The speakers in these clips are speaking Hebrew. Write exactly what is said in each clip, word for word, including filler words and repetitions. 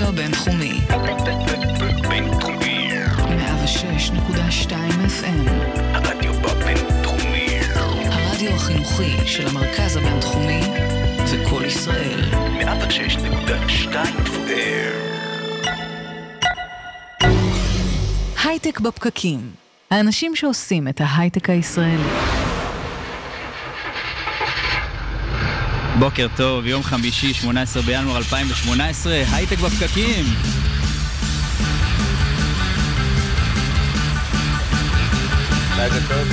הבינתחומי בינתחומי מאה ושש נקודה שתיים אף אם. הרדיו בבינתחומי, הרדיו החינוכי של המרכז הבינתחומי וכל ישראל. מאה ושש נקודה שתיים אף אם. הייטק בפקקים, האנשים שעושים את ההייטק הישראלי. בוקר טוב, יום חמישי, שמונה עשרה בינואר אלפיים ושמונה עשרה, הייטק בפקקים. לילה טוב.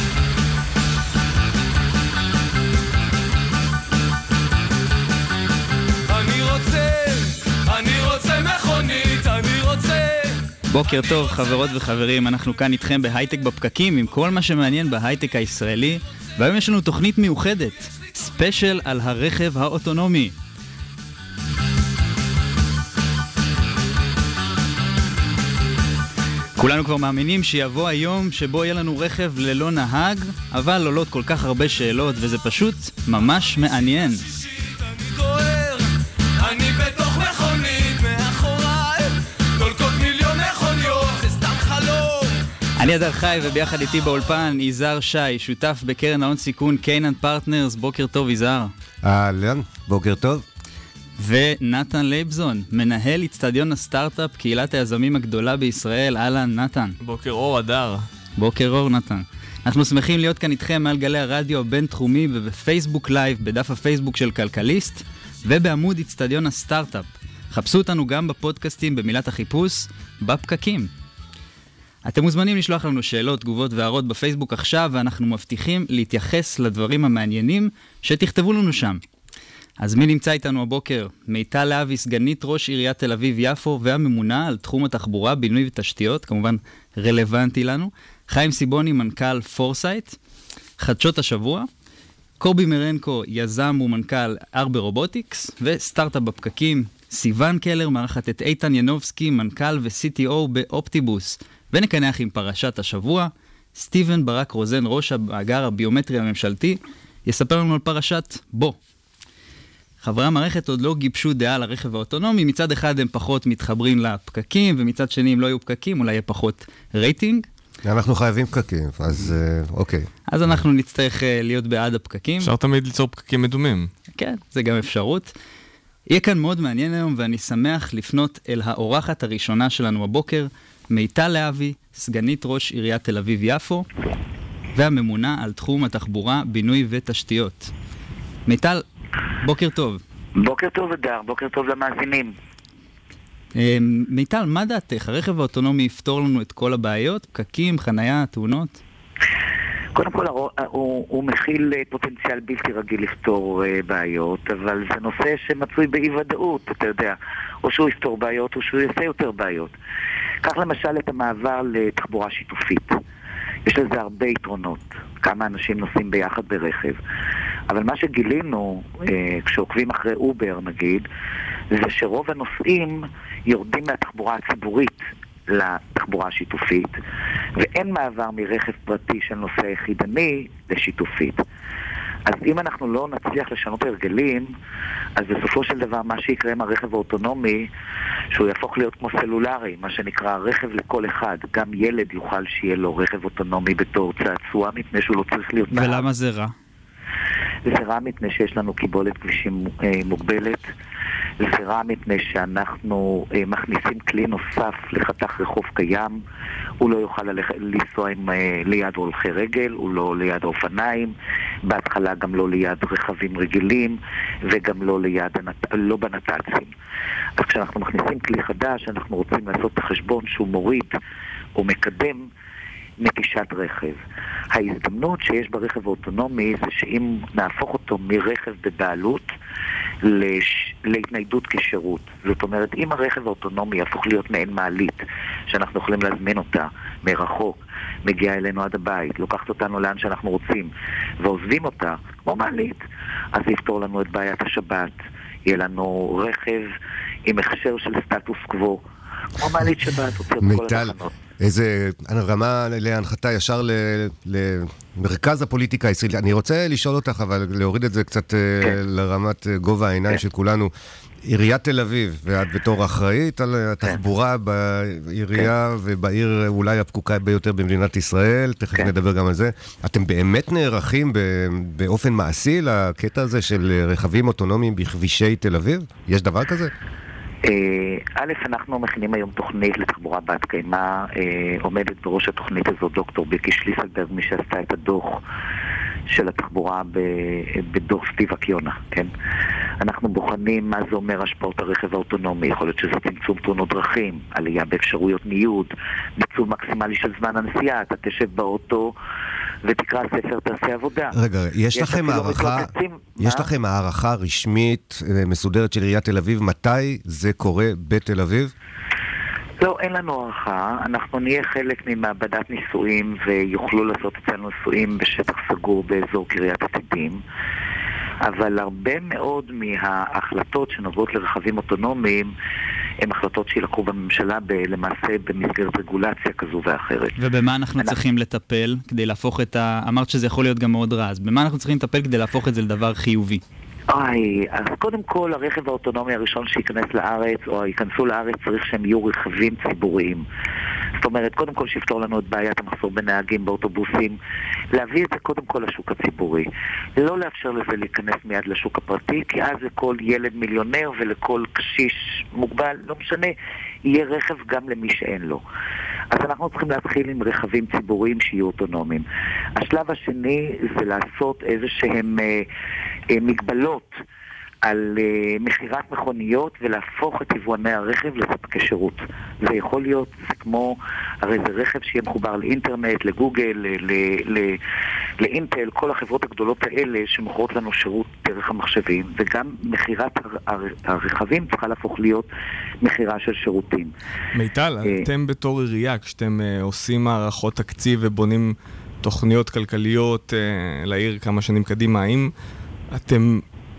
אני רוצה, אני רוצה מכונית, אני רוצה. בוקר טוב חברות וחברים, אנחנו כאן איתכם בהייטק בפקקים עם כל מה שמעניין בהייטק הישראלי, והיום יש לנו תוכנית מיוחדת. ספיישל על הרכב האוטונומי. כולנו כבר מאמינים שיבוא היום שבו יהיה לנו רכב ללא נהג, אבל עולות כל כך הרבה שאלות וזה פשוט ממש מעניין. אני בתוך מכונית מאחוריי, דולקות מיליון מכוניות, זה סתם חלום. אני אדר חי וביחד איתי באולפן יזהר שי, שותף בקרן ההון סיכון קיינן פרטנרס. בוקר טוב יזהר. אהלן, בוקר טוב. ונתן לייבזון, מנהל אצטדיון הסטארט-אפ, קהילת היזמים הגדולה בישראל. אהלן נתן. בוקר אור אדר. בוקר אור נתן. אנחנו שמחים להיות כאן איתכם מעל גלי הרדיו הבינתחומי ובפייסבוק לייב, בדף הפייסבוק של כלכליסט ובעמוד אצטדיון הסטארט-אפ. חפשו אותנו גם בפודקאסטים במילת החיפוש בפקקים. אתם מוזמנים לשלוח לנו שאלות, תגובות והערות בפייסבוק עכשיו, ואנחנו מבטיחים להתייחס לדברים המעניינים שתכתבו לנו שם. אז מי נמצא איתנו הבוקר? מיטל להבי, סגנית ראש עיריית תל אביב יפו והממונה על תחום התחבורה, בינוי ותשתיות, כמובן רלוונטי לנו. חיים סיבוני, מנכ"ל פורסייט, חדשות השבוע. קובי מרנקו, יזם ומנכ"ל ארבה רובוטיקס, וסטארט-אפ בפקקים. סיוון קלר, מערכת את איתן ינובסקי, מנכ"ל ו-סי טי או באופטיבוס. ונקנח עם פרשת השבוע. סטיבן ברק רוזן, ראש המאגר הביומטרי הממשלתי, יספר לנו על פרשת בו. חברי המערכת עוד לא גיבשו דעה על הרכב האוטונומי. מצד אחד הם פחות מתחברים לפקקים, ומצד שני אם לא יהיו פקקים, אולי יהיה פחות רייטינג. אנחנו חייבים פקקים, אז אוקיי. אז אנחנו נצטרך להיות בעד הפקקים. אפשר תמיד ליצור פקקים מדומים. כן, זה גם אפשרות. יהיה כאן מאוד מעניין היום, ואני שמח לפנות אל האורחת הראשונה שלנו הבוקר, מיטל להבי, סגנית ראש עיריית תל אביב יפו, והממונה על תחום התחבורה, בינוי ותשתיות. מיטל, בוקר טוב. בוקר טוב אדר, בוקר טוב למאזינים. מיטל, מה דעתך? הרכב האוטונומי יפתור לנו את כל הבעיות? פקקים, חנייה, תאונות? קודם כל, הוא, הוא, הוא מכיל פוטנציאל בלתי רגיל לפתור בעיות, אבל זה נושא שמצוי באי ודאות, אתה יודע. או שהוא יפתור בעיות, או שהוא יעשה יותר בעיות. כך למשל את המעבר לתחבורה שיתופית. יש לזה הרבה יתרונות. כמה אנשים נוסעים ביחד ברכב. אבל מה שגילינו, אה, כשעוקבים אחרי אובר נגיד, זה שרוב הנוסעים יורדים מהתחבורה הציבורית לתחבורה השיתופית, ואין מעבר מרכב פרטי של נוסע יחידני לשיתופית. אז אם אנחנו לא נצליח לשנות הרגלים, אז בסופו של דבר מה שיקרה עם הרכב האוטונומי, שהוא יהפוך להיות כמו סלולרי, מה שנקרא רכב לכל אחד. גם ילד יוכל שיהיה לו רכב אוטונומי בתור צעצוע, מפני שהוא לא צריך להיות נהג. ולמה זה רע? זה רע מפני שיש לנו קיבולת כבישים מוגבלת. זה רע מפני שאנחנו מכניסים כלי נוסף לחתך רחוב קיים. הוא לא יוכל לנסוע עם, ליד הולכי רגל, הוא לא ליד האופניים, בהתחלה גם לא ליד רכבים רגילים, וגם לא, ליד, לא בנת"צים. אז כשאנחנו מכניסים כלי חדש, אנחנו רוצים לעשות את החשבון שהוא מוריד או מקדם נטישת רכב. ההזדמנות שיש ברכב האוטונומי זה שאם נהפוך אותו מרכב בבעלות לש... להתניידות כשירות. זאת אומרת, אם הרכב האוטונומי יהפוך להיות מעין מעלית, שאנחנו יכולים להזמין אותה מרחוק, מגיעה אלינו עד הבית, לוקחת אותנו לאן שאנחנו רוצים, ועוזבים אותה, כמו מעלית, אז זה יפתור לנו את בעיית השבת. יהיה לנו רכב עם הכשר של סטטוס קוו, כמו מעלית שבת, עוצר בכל התחנות. איזה רמה להנחתה ישר למרכז הפוליטיקה הישראלית. אני רוצה לשאול אותך, אבל להוריד את זה קצת לרמת גובה העיניים של כולנו. עיריית תל אביב, ואת בתור אחראית על התחבורה בעירייה ובעיר אולי הפקוקה ביותר במדינת ישראל, תכף נדבר גם על זה. אתם באמת נערכים באופן מעשי לקטע הזה של רכבים אוטונומיים בכבישי תל אביב? יש דבר כזה? א', אנחנו מכינים היום תוכנית לתחבורה בת קיימא, עומדת בראש התוכנית הזו דוקטור בקי שליסלברג, מי שעשתה את הדוח של התחבורה בדוח סטיב אקיונה, כן? אנחנו בוחנים מה זה אומר השפעות הרכב האוטונומי, יכול להיות שזה צמצום תאונות דרכים, עלייה באפשרויות ניוד, ניצול מקסימלי של זמן הנסיעה, אתה תשב באוטו ותקרא ספר, תעשה עבודה. רגע, יש לכם הערכה, יש לכם הערכה רשמית מסודרת של עיריית תל אביב, מתי זה קורה בתל אביב? לא, אין לנו הערכה. אנחנו נהיה חלק ממעבדת ניסויים ויוכלו לעשות אצלנו ניסויים בשטח סגור באזור קריית עתידים. אבל הרבה מאוד מההחלטות שנוגעות לרכבים אוטונומיים הן החלטות שילקחו בממשלה למעשה במסגרת רגולציה כזו ואחרת. ובמה אנחנו אנחנו... צריכים לטפל כדי להפוך את ה... אמרת שזה יכול להיות גם מאוד רע, אז במה אנחנו צריכים לטפל כדי להפוך את זה לדבר חיובי? אוי, אז קודם כל הרכב האוטונומי הראשון שייכנס לארץ או ייכנסו לארץ צריך שהם יהיו רכבים ציבוריים. זאת אומרת, קודם כל שיפתור לנו את בעיית המחסור בנהגים באוטובוסים, להביא את זה קודם כל לשוק הציבורי. לא לאפשר לזה להיכנס מיד לשוק הפרטי, כי אז לכל ילד מיליונר ולכל קשיש מוגבל, לא משנה, יהיה רכב גם למי שאין לו. אז אנחנו צריכים להתחיל עם רכבים ציבוריים שיהיו אוטונומיים. השלב השני זה לעשות איזה שהם אה, אה, מגבלות על uh, מחירת מכוניות ולהפוך את יבואני הרכב לספקי שירות. זה יכול להיות, זה כמו, הרי זה רכב שיהיה מחובר לאינטרנט, לגוגל, ל- ל- לאינטל, כל החברות הגדולות האלה שמוכרות לנו שירות דרך המחשבים, וגם מחירת הר- הרכבים צריכה להפוך להיות מחירה של שירותים. מיטל, uh, אתם בתור עירייה, כשאתם uh, עושים הערכות תקציב ובונים תוכניות כלכליות uh, לעיר כמה שנים קדימה, האם אתם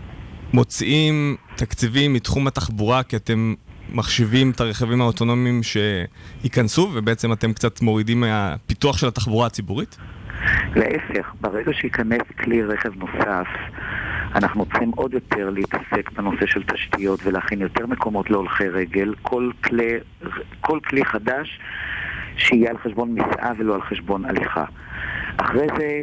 מוציאים תקציבים מתחום התחבורה כי אתם מחשיבים את הרכבים האוטונומיים שייכנסו ובעצם אתם קצת מורידים מהפיתוח של התחבורה הציבורית? להפך, ברגע שיכנס כלי רכב נוסף אנחנו צריכים עוד יותר להתעסק בנושא של תשתיות ולהכין יותר מקומות להולכי רגל. כל כלי, כל כלי חדש שיהיה על חשבון מסעה ולא על חשבון הליכה. אחרי זה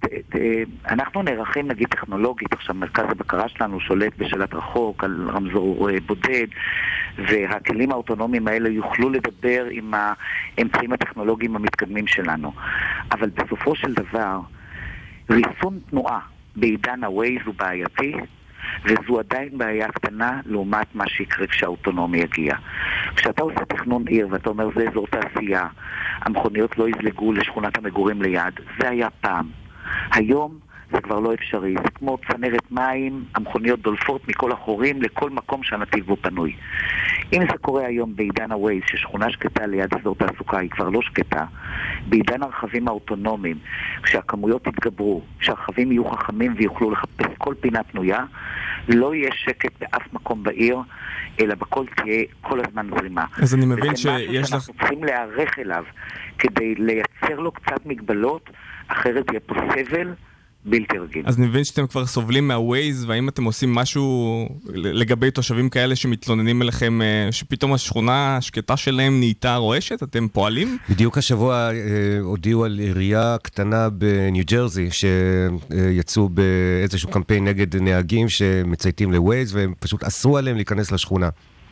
אנחנו נערכים נגיד טכנולוגית, עכשיו מרכז הבקרה שלנו שולט בשלט רחוק על רמזור בודד, והכלים האוטונומיים האלה יוכלו לדבר עם האמצעים הטכנולוגיים המתקדמים שלנו. אבל בסופו של דבר ריסון תנועה בעידן הווייז הוא בעייתי, וזו עדיין בעיה קטנה לעומת מה שיקרה כשהאוטונומי יגיע. כשאתה עושה תכנון עיר ואתה אומר זה אזור תעשייה, המכוניות לא יזלגו לשכונת המגורים ליד, זה היה פעם. היום זה כבר לא אפשרי, זה כמו צנרת מים, המכוניות דולפות מכל החורים לכל מקום שהנתיב בו פנוי. אם זה קורה היום בעידן הווייז, ששכונה שקטה ליד אזור תעסוקה היא כבר לא שקטה, בעידן הרכבים האוטונומיים, כשהכמויות יתגברו, כשהרכבים יהיו חכמים ויוכלו לחפש כל פינה פנויה, לא יהיה שקט באף מקום בעיר, אלא בכל תהיה כל הזמן זרימה. אז אני מבין שיש לך... וזה משהו שאנחנו צריכים להיערך אליו, כדי לייצר לו קצת מגבלות, אחרת יהיה פה סבל בלתי רגיל. אז אני מבין שאתם כבר סובלים מהווייז, והאם אתם עושים משהו לגבי תושבים כאלה שמתלוננים אליכם, שפתאום השכונה השקטה שלהם נהייתה רועשת? אתם פועלים? בדיוק השבוע אה, הודיעו על עירייה קטנה בניו ג'רזי, שיצאו באיזשהו קמפיין נגד נהגים שמצייתים לווייז, והם פשוט אסרו עליהם להיכנס לשכונה.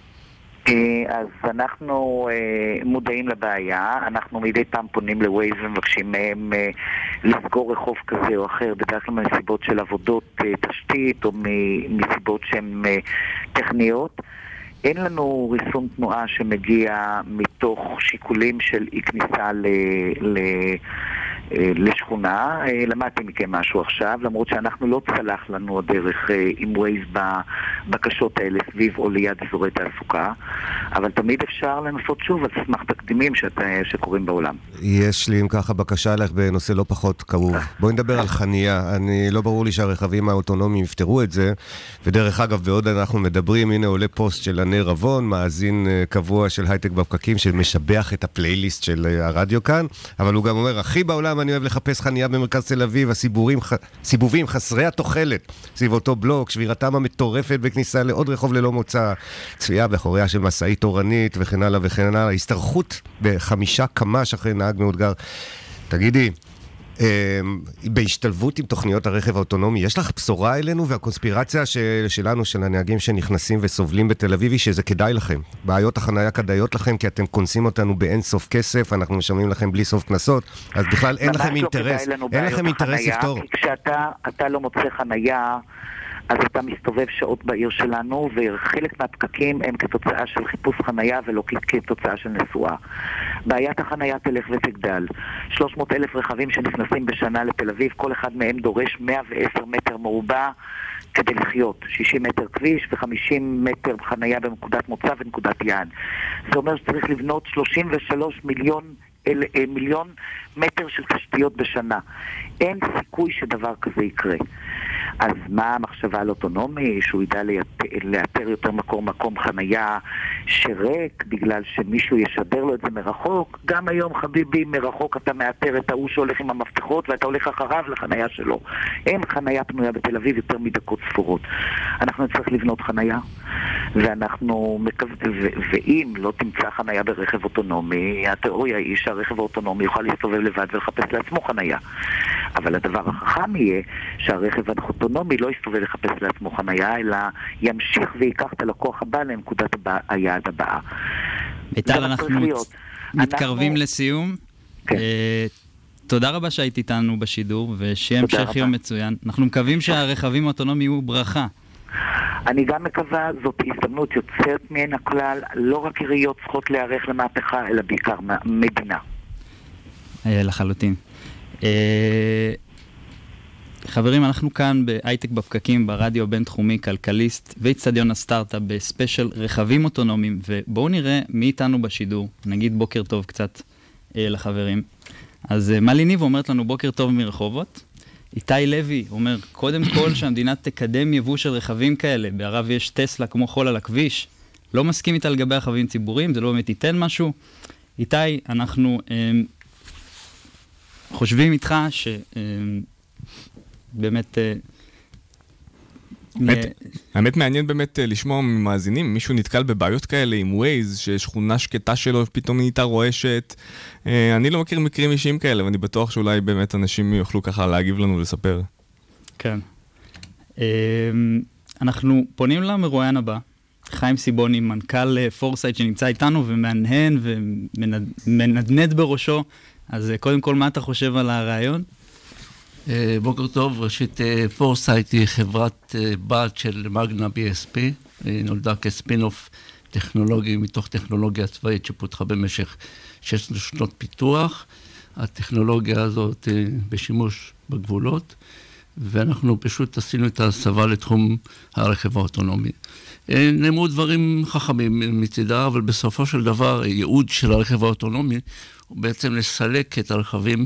אז אנחנו מודעים לבעיה, אנחנו מדי פעם פונים לווייז ומבקשים מהם לסגור רחוב כזה או אחר, בדרך כלל מסיבות של עבודות תשתית או מסיבות שהן טכניות. אין לנו ריסון תנועה שמגיע מתוך שיקולים של אי כניסה ל... ל... לשכונה. למדתי מכם משהו עכשיו, למרות שאנחנו לא צלח לנו הדרך עם ווייז בבקשות האלה סביב או ליד אזורי תעסוקה, אבל תמיד אפשר לנסות שוב על סמך תקדימים שקורים בעולם. יש לי אם ככה בקשה לך בנושא לא פחות כאוב. בואי נדבר על חנייה. אני לא ברור לי שהרכבים האוטונומיים יפתרו את זה, ודרך אגב בעוד אנחנו מדברים, הנה עולה פוסט של ענה רבון, מאזין קבוע של הייטק בפקקים, שמשבח את הפלייליסט של הרדיו כאן, אבל הוא גם אומר, הכי בעולם אני אוהב לחפש מחפש חנייה במרכז תל אביב, הסיבובים, סיבובים חסרי התוחלת סביב אותו בלוק, שבירתם המטורפת בכניסה לעוד רחוב ללא מוצא, צפייה באחוריה של מסעית תורנית וכן הלאה וכן הלאה, הסתרכות בחמישה קמ"ש אחרי נהג מאותגר. תגידי, בהשתלבות עם תוכניות הרכב האוטונומי, יש לך בשורה אלינו, והקונספירציה של, שלנו, של הנהגים שנכנסים וסובלים בתל אביב, שזה כדאי לכם. בעיות החנייה כדאיות לכם, כי אתם קונסים אותנו באין סוף כסף, אנחנו משלמים לכם בלי סוף כנסות, אז בכלל אין לכם אינטרס, אין לכם אינטרס לפתור. כי כשאתה אתה לא מוצא חנייה, אז אתה מסתובב שעות בעיר שלנו, וחלק מהפקקים הם כתוצאה של חיפוש חנייה ולא כתוצאה של נסועה. בעיית החנייה תלך ותגדל. שלוש מאות אלף רכבים שנכנסים בשנה לתל אביב, כל אחד מהם דורש מאה ועשר מטר מרובע כדי לחיות. שישים מטר כביש ו-חמישים מטר חנייה בנקודת מוצא ונקודת יעד. זה אומר שצריך לבנות שלושים ושלושה מיליון אל, מיליון מטר של תשתיות בשנה. אין סיכוי שדבר כזה יקרה. אז מה המחשבה על אוטונומי? שהוא ידע לאתר יותר מקום מקום חנייה שריק בגלל שמישהו ישדר לו את זה מרחוק? גם היום חביבי מרחוק אתה מאתר את ההוא שהולך עם המפתחות ואתה הולך אחריו לחנייה שלו. אין חנייה פנויה בתל אביב יותר מדקות ספורות. אנחנו נצטרך לבנות חנייה, ואנחנו מקווים, ואם לא תמצא חנייה ברכב אוטונומי, התיאוריה היא שהרכב האוטונומי יוכל להסתובב לבד ולחפש לעצמו חנייה. אבל הדבר החכם יהיה שהרכב האוטונומי לא יסתובב לחפש לעצמו חנייה, אלא ימשיך ויקח את הלקוח הבא לנקודת הבא, היעד הבאה. מיטל, אנחנו מתקרבים אנחנו... לסיום. כן. Uh, תודה רבה שהיית איתנו בשידור, ושיהיה המשך יום מצוין. אנחנו מקווים שהרכבים האוטונומיים יהיו ברכה. אני גם מקווה, זאת הזדמנות יוצאת מן הכלל, לא רק עיריות צריכות להיערך למהפכה, אלא בעיקר מדינה. לחלוטין. חברים, אנחנו כאן בהייטק בפקקים, ברדיו בינתחומי, כלכליסט ואצטדיון הסטארט-אפ בספיישל רכבים אוטונומיים, ובואו נראה מי איתנו בשידור. נגיד בוקר טוב קצת לחברים. אז מלי ניב אומרת לנו בוקר טוב מרחובות. איתי לוי אומר, קודם כל שהמדינה תקדם יבוא של רכבים כאלה, בערב יש טסלה כמו חול על הכביש, לא מסכים איתה לגבי רכבים ציבוריים, זה לא באמת ייתן משהו. איתי, אנחנו אה, חושבים איתך שבאמת... אה, באמת, האמת מעניין באמת לשמוע ממאזינים, מישהו נתקל בבעיות כאלה עם ווייז, ששכונה שקטה שלו פתאום נהייתה רועשת. אני לא מכיר מקרים אישיים כאלה, ואני בטוח שאולי באמת אנשים יוכלו ככה להגיב לנו ולספר. כן. אנחנו פונים למרואיין הבא, חיים סיבוני, מנכ"ל פורסייט שנמצא איתנו ומענהן ומנדנד בראשו. אז קודם כל, מה אתה חושב על הרעיון? בוקר טוב, ראשית פורסייט היא חברת בת של מגנה בי אס פי, היא נולדה כספינוף טכנולוגי מתוך טכנולוגיה צבאית שפותחה במשך שש שנות פיתוח. הטכנולוגיה הזאת בשימוש בגבולות, ואנחנו פשוט עשינו את ההסבה לתחום הרכב האוטונומי. נאמרו דברים חכמים מצידה, אבל בסופו של דבר הייעוד של הרכב האוטונומי הוא בעצם לסלק את הרכבים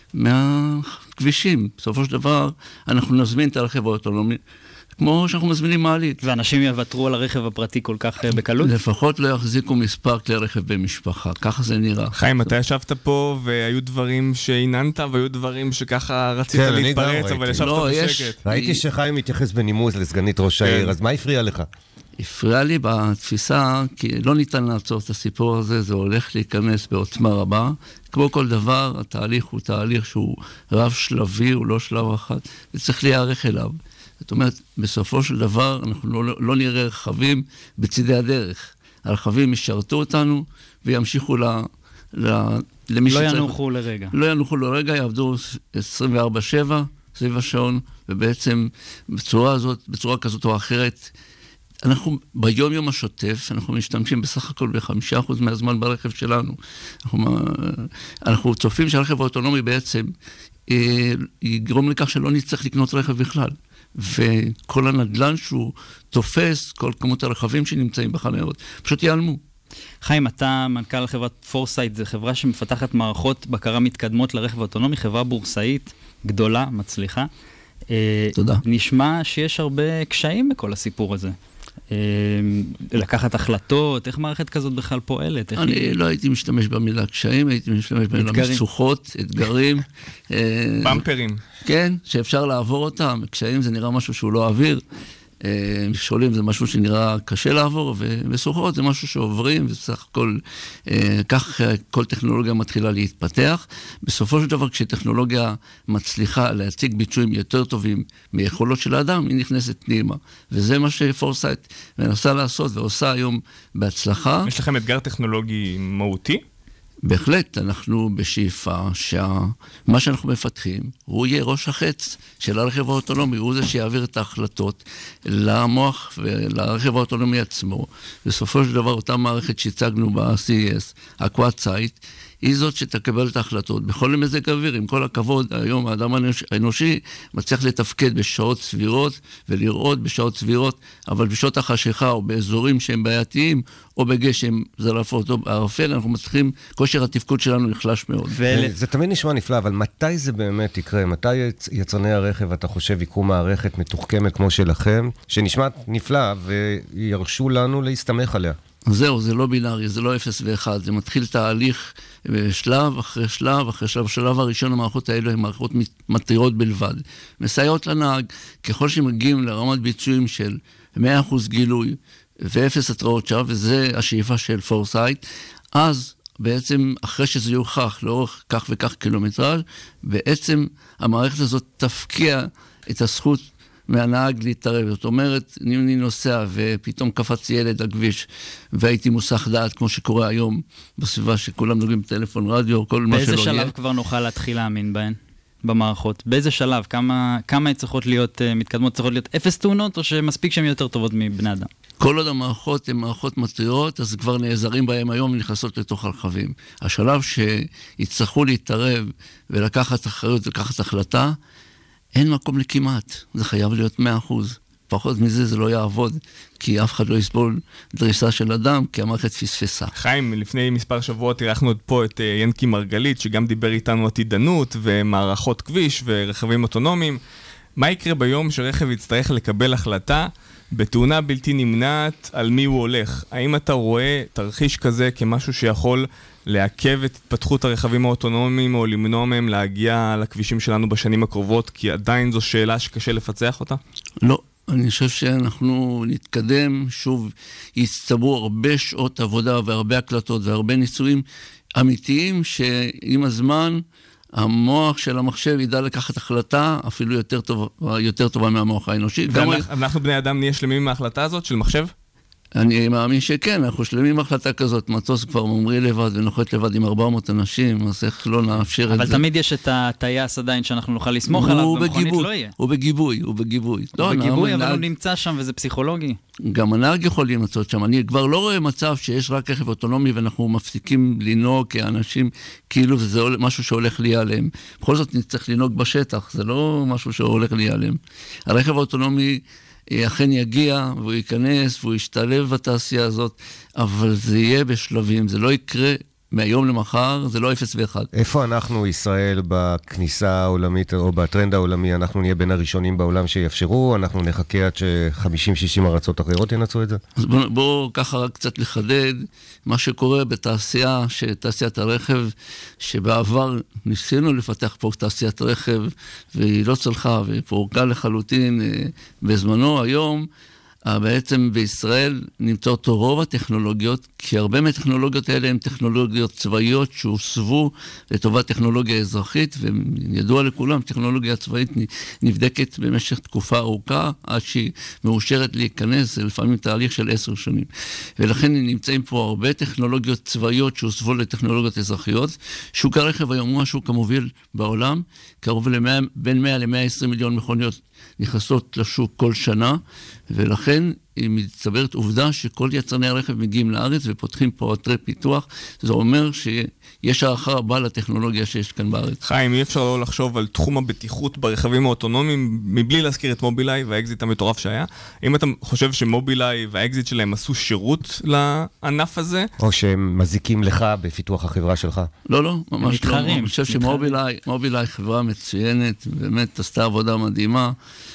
מהכבישים. בסופו של דבר אנחנו נזמין את הרכב האוטונומי כמו שאנחנו מזמינים מעלית. ואנשים יוותרו על הרכב הפרטי כל כך בקלות? לפחות לא יחזיקו מספר כלי רכב במשפחה, ככה זה נראה. חיים, אתה ישבת פה והיו דברים שעיננת והיו דברים שככה רצית להתפרץ, אבל ישבת בשקט. ראיתי שחיים מתייחס בנימוס לסגנית ראש העיר, אז מה הפריע לך? הפריע לי בתפיסה, כי לא ניתן לעצור את הסיפור הזה, זה הולך להיכנס בעוצמה רבה. כמו כל דבר, התהליך הוא תהליך שהוא רב שלבי, הוא לא שלב אחד, וצריך להיערך אליו. זאת אומרת, בסופו של דבר, אנחנו לא, לא נראה רכבים בצדי הדרך. הרכבים ישרתו אותנו וימשיכו ל... ל למי לא שצריך... ינוחו לרגע. לא ינוחו לרגע, יעבדו עשרים וארבע שבע סביב השעון, ובעצם בצורה הזאת, בצורה כזאת או אחרת, אנחנו ביום יום השוטף, אנחנו משתמשים בסך הכל ב-חמישה אחוז מהזמן ברכב שלנו. אנחנו, אנחנו צופים שהרכב האוטונומי בעצם אה, יגרום לכך שלא נצטרך לקנות רכב בכלל. וכל הנדלן שהוא תופס, כל כמות הרכבים שנמצאים בחניות, פשוט ייעלמו. חיים, אתה מנכ"ל חברת פורסייט, זו חברה שמפתחת מערכות בקרה מתקדמות לרכב אוטונומי, חברה בורסאית גדולה, מצליחה. תודה. נשמע שיש הרבה קשיים בכל הסיפור הזה. לקחת החלטות, איך מערכת כזאת בכלל פועלת? אני לא הייתי משתמש במילה קשיים, הייתי משתמש במילה מצוקות, אתגרים. במפרים. כן, שאפשר לעבור אותם. קשיים זה נראה משהו שהוא לא אוויר. מכשולים זה משהו שנראה קשה לעבור, ומסוכות זה משהו שעוברים, ובסך הכל, כך כל טכנולוגיה מתחילה להתפתח. בסופו של דבר, כשטכנולוגיה מצליחה להציג ביצועים יותר טובים מיכולות של האדם, היא נכנסת פנימה. וזה מה שפורסייט מנסה לעשות, ועושה היום בהצלחה. יש לכם אתגר טכנולוגי מהותי? בהחלט, אנחנו בשאיפה שמה שאנחנו מפתחים, הוא יהיה ראש החץ של הרכב האוטונומי, הוא זה שיעביר את ההחלטות למוח ולרכב האוטונומי עצמו. בסופו של דבר, אותה מערכת שהצגנו ב-סי אי אס, הקוואדסייט, היא זאת שתקבל את ההחלטות. בכל מזג אוויר, עם כל הכבוד, היום האדם האנושי מצליח לתפקד בשעות סבירות ולראות בשעות סבירות, אבל בשעות החשיכה או באזורים שהם בעייתיים, או בגשם זרפות או בערפל, אנחנו מצליחים, כושר התפקוד שלנו נחלש מאוד. זה תמיד נשמע נפלא, אבל מתי זה באמת יקרה? מתי יצרני הרכב, אתה חושב, יקרו מערכת מתוחכמת כמו שלכם, שנשמעת נפלא וירשו לנו להסתמך עליה? זהו, זה לא בינארי, זה לא אפס ואחד, זה מתחיל תהליך שלב אחרי שלב אחרי שלב. בשלב הראשון המערכות האלה הן מערכות מתירות בלבד. מסייעות לנהג, ככל שמגיעים לרמת ביצועים של מאה אחוז גילוי ואפס התראות שווא, וזה השאיפה של פורסייט, אז בעצם אחרי שזה יוכח לאורך כך וכך קילומטראז', בעצם המערכת הזאת תפקיע את הזכות מהנהג להתערב. זאת אומרת, אם אני נוסע ופתאום קפץ ילד לכביש והייתי מוסך דעת, כמו שקורה היום בסביבה שכולם נוגעים בטלפון, רדיו, כל מה שלא יהיה. באיזה שלב כבר נוכל להתחיל להאמין בהן, במערכות? באיזה שלב? כמה, כמה צריכות להיות מתקדמות? צריכות להיות אפס תאונות, או שמספיק שהן יותר טובות מבני אדם? כל עוד המערכות הן מערכות מתירות, אז כבר נעזרים בהם היום ונכנסות לתוך הרכבים. השלב שיצטרכו להתערב ולקחת אחריות ולקחת החלטה, אין מקום לכמעט, זה חייב להיות מאה אחוז. פחות מזה זה לא יעבוד, כי אף אחד לא יסבול דריסה של אדם, כי המערכת פספסה. חיים, לפני מספר שבועות אירחנו פה את ינקי מרגלית, שגם דיבר איתנו עתידנות ומערכות כביש ורכבים אוטונומיים. מה יקרה ביום שרכב יצטרך לקבל החלטה בתאונה בלתי נמנעת על מי הוא הולך? האם אתה רואה תרחיש כזה כמשהו שיכול לעכב את התפתחות הרכבים האוטונומיים או למנוע מהם להגיע לכבישים שלנו בשנים הקרובות, כי עדיין זו שאלה שקשה לפצח אותה? לא, אני חושב שאנחנו נתקדם, שוב, יצטברו הרבה שעות עבודה והרבה הקלטות והרבה ניסויים אמיתיים, שעם הזמן המוח של המחשב ידע לקחת החלטה אפילו יותר טובה, יותר טובה מהמוח האנושי. ואנחנו אנחנו בני אדם נהיה שלמים מההחלטה הזאת של מחשב? אני מאמין שכן, אנחנו שלמים החלטה כזאת, מטוס כבר ממריא לבד ונוחת לבד עם ארבע מאות אנשים, אז איך לא נאפשר את זה? אבל תמיד יש את הטייס עדיין שאנחנו נוכל לסמוך עליו, במכונית לא יהיה. הוא בגיבוי, הוא בגיבוי. הוא בגיבוי, אבל הוא נמצא שם וזה פסיכולוגי. גם הנהג יכול להימצאות שם. אני כבר לא רואה מצב שיש רק רכב אוטונומי ואנחנו מפסיקים לנהוג כאנשים, כאילו זה משהו שהולך להיעלם. בכל זאת נצטרך לנהוג בשטח, זה לא משהו שהולך להיעלם. הרכב האוטונומי אכן יגיע והוא ייכנס והוא ישתלב בתעשייה הזאת, אבל זה יהיה בשלבים, זה לא יקרה מהיום למחר, זה לא אפס ואחד. איפה אנחנו, ישראל, בכניסה העולמית או בטרנד העולמי, אנחנו נהיה בין הראשונים בעולם שיאפשרו, אנחנו נחכה עד ש-חמישים שישים ארצות אחרות ינצרו את זה? אז בואו בוא, ככה רק קצת לחדד מה שקורה בתעשייה, שתעשיית הרכב, שבעבר ניסינו לפתח פה תעשיית רכב, והיא לא צלחה ופורקה לחלוטין בזמנו. היום בעצם בישראל נמצאות רוב הטכנולוגיות, כי הרבה מהטכנולוגיות האלה הן טכנולוגיות צבאיות שהוסבו לטובת טכנולוגיה אזרחית, וידוע לכולם, טכנולוגיה צבאית נבדקת במשך תקופה ארוכה, עד שהיא מאושרת להיכנס, זה לפעמים תהליך של עשר שנים. ולכן נמצאים פה הרבה טכנולוגיות צבאיות שהוסבו לטכנולוגיות אזרחיות. שוק הרכב היום הוא השוק המוביל בעולם, קרוב למאה, בין מאה למאה ועשרים מיליון מכוניות נכנסות לשוק כל שנה, ולכן היא מצטברת עובדה שכל יצרני הרכב מגיעים לארץ ופותחים פה אתרי פיתוח. זה אומר שיש הערכה רבה לטכנולוגיה שיש כאן בארץ. חיים, אי אפשר לא לחשוב על תחום הבטיחות ברכבים האוטונומיים מבלי להזכיר את מובילאיי והאקזיט המטורף שהיה. האם אתה חושב שמובילאיי והאקזיט שלהם עשו שירות לענף הזה? או שהם מזיקים לך בפיתוח החברה שלך? לא, לא, ממש לא. אני חושב שמובילאיי, מובילאיי חברה מצוינת, באמת עשתה עבודה מדהימה.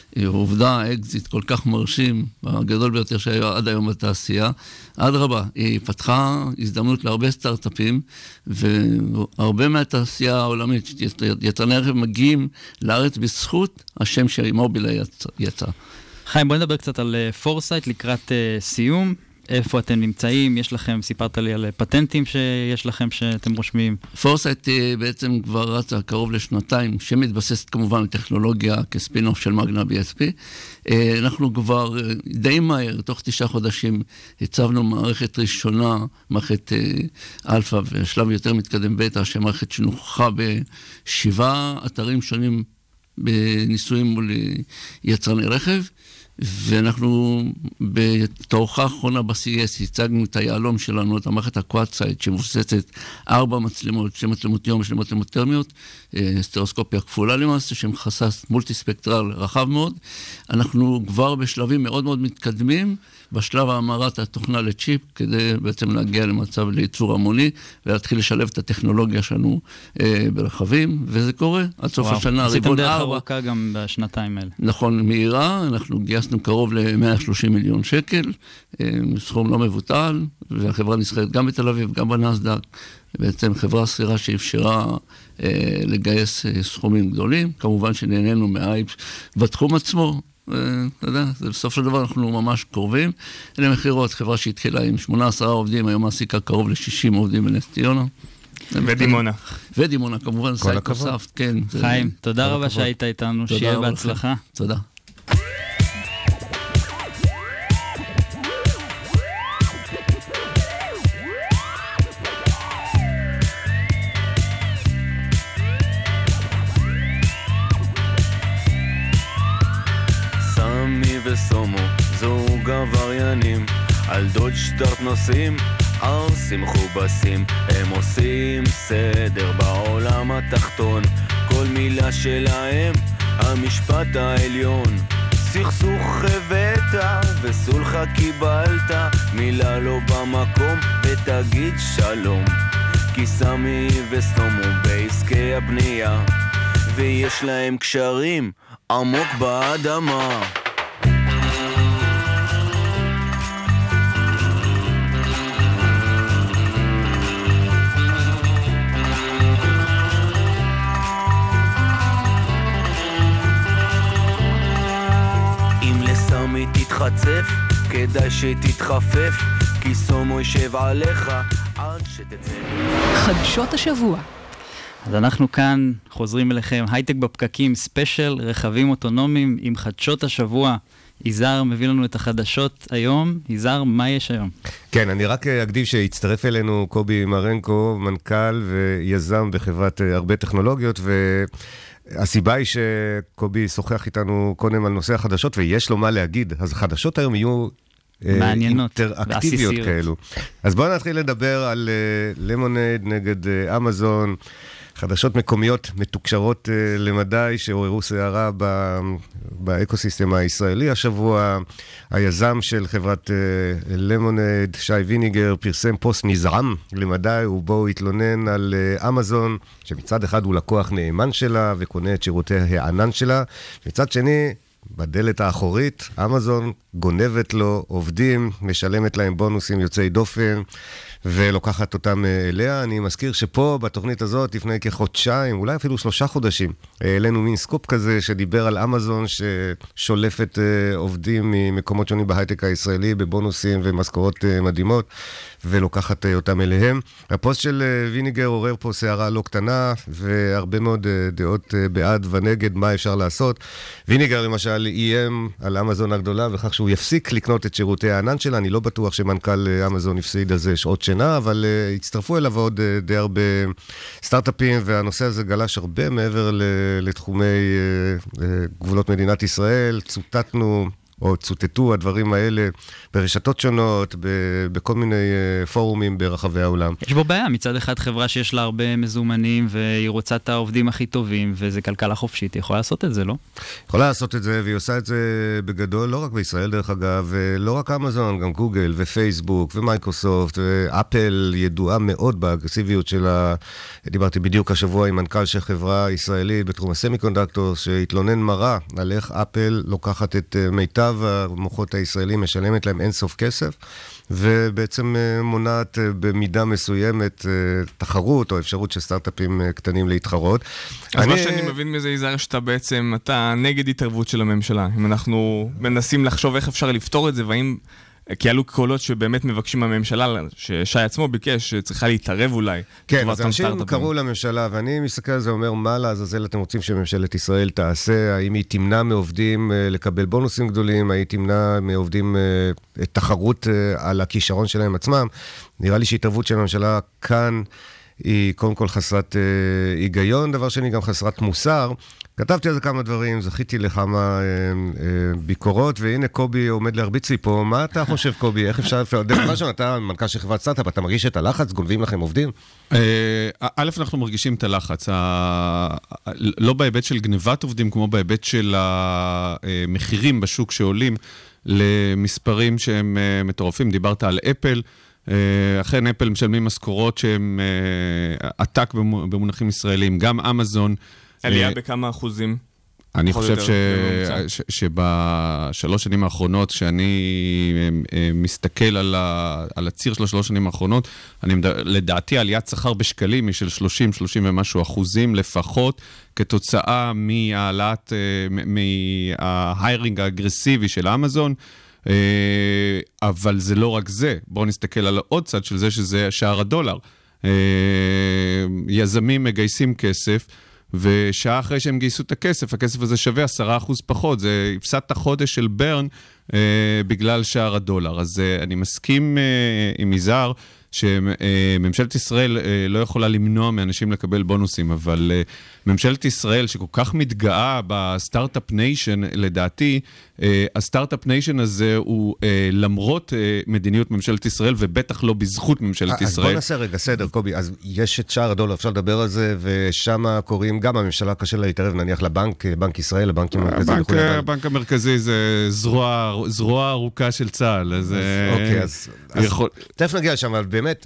עובדה, אקזיט כל כך מרשים, הגדול ביותר שהיה עד היום בתעשייה. עד רבה, היא פתחה הזדמנות להרבה סטארט-אפים, והרבה מהתעשייה העולמית, יצרני רכב מגיעים לארץ בזכות השם שמובילאיי יצא. חיים, בוא נדבר קצת על פורסייט לקראת uh, סיום. איפה אתם נמצאים? יש לכם, סיפרת לי על פטנטים שיש לכם שאתם רושמים. פורסייט בעצם כבר רצה קרוב לשנתיים, שמתבססת כמובן על טכנולוגיה כספינוף של מגנה בי אס פי. אנחנו כבר די מהר, תוך תשעה חודשים, הצבנו מערכת ראשונה, מערכת אלפא ושלב יותר מתקדם בטא, שמערכת שנוכחה בשבעה אתרים שונים בניסויים מול יצרני רכב. ואנחנו בתערוכה האחרונה ב-סי אס הצגנו את היעלום שלנו, את המערכת הקוואדסייט שמבוססת ארבע מצלמות, שתי מצלמות יום ושתי מצלמות טרמיות, סטריאוסקופיה כפולה למעשה, שמחסס מולטי ספקטרל רחב מאוד. אנחנו כבר בשלבים מאוד מאוד מתקדמים, בשלב האמרת התוכנה לצ'יפ, כדי בעצם להגיע למצב לייצור המוני, ולהתחיל לשלב את הטכנולוגיה שלנו אה, ברכבים, וזה קורה עד סוף השנה. עשיתם דרך ארוכה גם בשנתיים האלה. נכון, מהירה, אנחנו גייסנו קרוב ל-מאה ושלושים מיליון שקל, אה, סכום לא מבוטל, והחברה נסחרת גם בתל אביב, גם בנסדק, בעצם חברה סחירה שאפשרה אה, לגייס אה, סכומים גדולים, כמובן שנהנינו מהאייפ בתחום עצמו, אתה יודע, בסוף של דבר אנחנו ממש קרובים. אלה מחירות, חברה שהתחילה עם שמונה עשרה עובדים, היום מעסיקה קרוב ל-שישים עובדים בנס ציונה. ודימונה. ודימונה, כמובן, סייקוסופט, כן. חיים, תודה רבה שהיית איתנו, שיהיה בהצלחה. תודה. וסומו, זוג עבריינים על דוד שטרט נוסעים, ארסים חובסים, הם עושים סדר בעולם התחתון, כל מילה שלהם המשפט העליון, סכסוך חבטה וסולחה קיבלת, מילה לא במקום ותגיד שלום, כי סמי וסומו בעסקי הבנייה, ויש להם קשרים עמוק באדמה. תתחצף, כדאי שתתחפף, כי סומו יישב עליך עד שתצא. חדשות השבוע. אז אנחנו כאן חוזרים אליכם, הייטק בפקקים, ספיישל, רכבים אוטונומיים עם חדשות השבוע. יזהר מביא לנו את החדשות היום. יזהר, מה יש היום? כן, אני רק אקדים שהצטרף אלינו קובי מרנקו, מנכ"ל ויזם בחברת הרבה טכנולוגיות, ו... הסיבה היא שקובי שוחח איתנו קודם על נושא החדשות, ויש לו מה להגיד. אז החדשות היום יהיו מעניינות, אינטראקטיביות כאלו. אז בואו נתחיל לדבר על למונד נגד אמזון, חדשות מקומיות מתוקשרות למדי שעוררו סערה באקוסיסטם הישראלי. השבוע היזם של חברת למונד, שי ויניגר, פרסם פוסט נזעם למדי, ובו הוא התלונן על אמזון, שמצד אחד הוא לקוח נאמן שלה וקונה את שירותי הענן שלה, מצד שני, בדלת האחורית, אמזון גונבת לו עובדים, משלמת להם בונוסים יוצאי דופן, ולוקחת אותם אליה. אני מזכיר שפה בתוכנית הזאת לפני כחודשיים, אולי אפילו שלושה חודשים, העלינו מין סקופ כזה שדיבר על אמזון ששולפת עובדים ממקומות שונים בהייטק הישראלי בבונוסים ומשכורות מדהימות, ולוקחת אותם אליהם. הפוסט של ויניגר עורר פה סערה לא קטנה, והרבה מאוד דעות בעד ונגד מה אפשר לעשות. ויניגר למשל איים על אמזון הגדולה, וכך שהוא יפסיק לקנות את שירותי הענן שלה. אני לא בטוח שמנכ"ל אמזון הפסיד הזה שעות שינה, אבל uh, הצטרפו אליו עוד uh, די הרבה סטארט-אפים, והנושא הזה גלש הרבה מעבר לתחומי uh, uh, גבולות מדינת ישראל. צוטטנו או צוטטו הדברים האלה ברשתות שונות, בכל מיני פורומים ברחבי העולם. יש בו בעיה, מצד אחד חברה שיש לה הרבה מזומנים, והיא רוצה את העובדים הכי טובים, וזה כלכלה חופשית, היא יכולה לעשות את זה, לא? יכולה לעשות את זה, והיא עושה את זה בגדול, לא רק בישראל דרך אגב, לא רק אמזון, גם גוגל ופייסבוק ומייקרוסופט, ואפל ידועה מאוד באגרסיביות שלה. דיברתי בדיוק השבוע עם מנכ"ל של חברה ישראלית בתחום הסמיקונדקטור, שהתלונן מרה על איך אפל לוקחת את מיטב המוחות הישראלים, משלמת להם אינסוף כסף, ובעצם מונעת במידה מסוימת תחרות או אפשרות של סטארט-אפים קטנים להתחרות. אז אני... מה שאני מבין מזה, יזהר, שאתה בעצם, אתה נגד התערבות של הממשלה. אם אנחנו מנסים לחשוב איך אפשר לפתור את זה, והאם... כי עלו קולות שבאמת מבקשים מהממשלה, ששי עצמו ביקש, שצריכה להתערב אולי. כן, אז אנשים קראו לממשלה, ואני מסתכל על זה ואומר, מה לעזאזל אתם רוצים שממשלת ישראל תעשה? האם היא תמנע מעובדים לקבל בונוסים גדולים? האם היא תמנע מעובדים תחרות על הכישרון שלהם עצמם? נראה לי שהתערבות של הממשלה כאן היא קודם כל חסרת היגיון, דבר שני גם חסרת מוסר. כתבתי על זה כמה דברים, זכיתי לכמה אה, אה, ביקורות, והנה קובי עומד להרביץ לי פה. מה אתה חושב, קובי? איך אפשר... דבר ראשון, אתה מנכ"ל של חברת סטארט-אפ, אתה מרגיש את הלחץ? גונבים לכם עובדים? א', אנחנו מרגישים את הלחץ. לא בהיבט של גנבת עובדים, כמו בהיבט של המחירים בשוק שעולים למספרים שהם מטורפים. דיברת על אפל. אכן אפל משלמים משכורות שהם עתק במונחים במונחים גם אמזון. עלייה בכמה אחוזים? אני חושב שבשלוש שנים האחרונות, שאני מסתכל על הציר של השלוש שנים האחרונות, לדעתי עליית שכר בשקלים היא של שלושים שלושים ומשהו אחוזים לפחות, כתוצאה מהעלאת, מההיירינג האגרסיבי של אמזון, אבל זה לא רק זה. בואו נסתכל על עוד צד של זה, שזה שער הדולר. יזמים מגייסים כסף, ושעה אחרי שהם גייסו את הכסף, הכסף הזה שווה עשרה אחוז פחות. זה הפסדת חודש של ברן אה, בגלל שער הדולר. אז אה, אני מסכים אה, עם יזהר שממשלת ישראל אה, לא יכולה למנוע מאנשים לקבל בונוסים, אבל אה, ממשלת ישראל שכל כך מתגאה בסטארט-אפ ניישן, לדעתי, אה, הסטארט-אפ ניישן הזה הוא אה, למרות אה, מדיניות ממשלת ישראל, ובטח לא בזכות ממשלת אז ישראל. בוא נעשה רגע, סדר, קובי. אז יש את שער הדולר, אפשר לדבר על זה, ושם קוראים, גם הממשלה קשה לה להתערב, נניח לבנק, בנק ישראל, לבנקים המרכזיים. הבנק, הבנק המרכזי זה זרוע, זרוע ארוכה של צה"ל. אז, אוקיי, אז, אז יכול... תכף נגיע לשם, אבל באמת,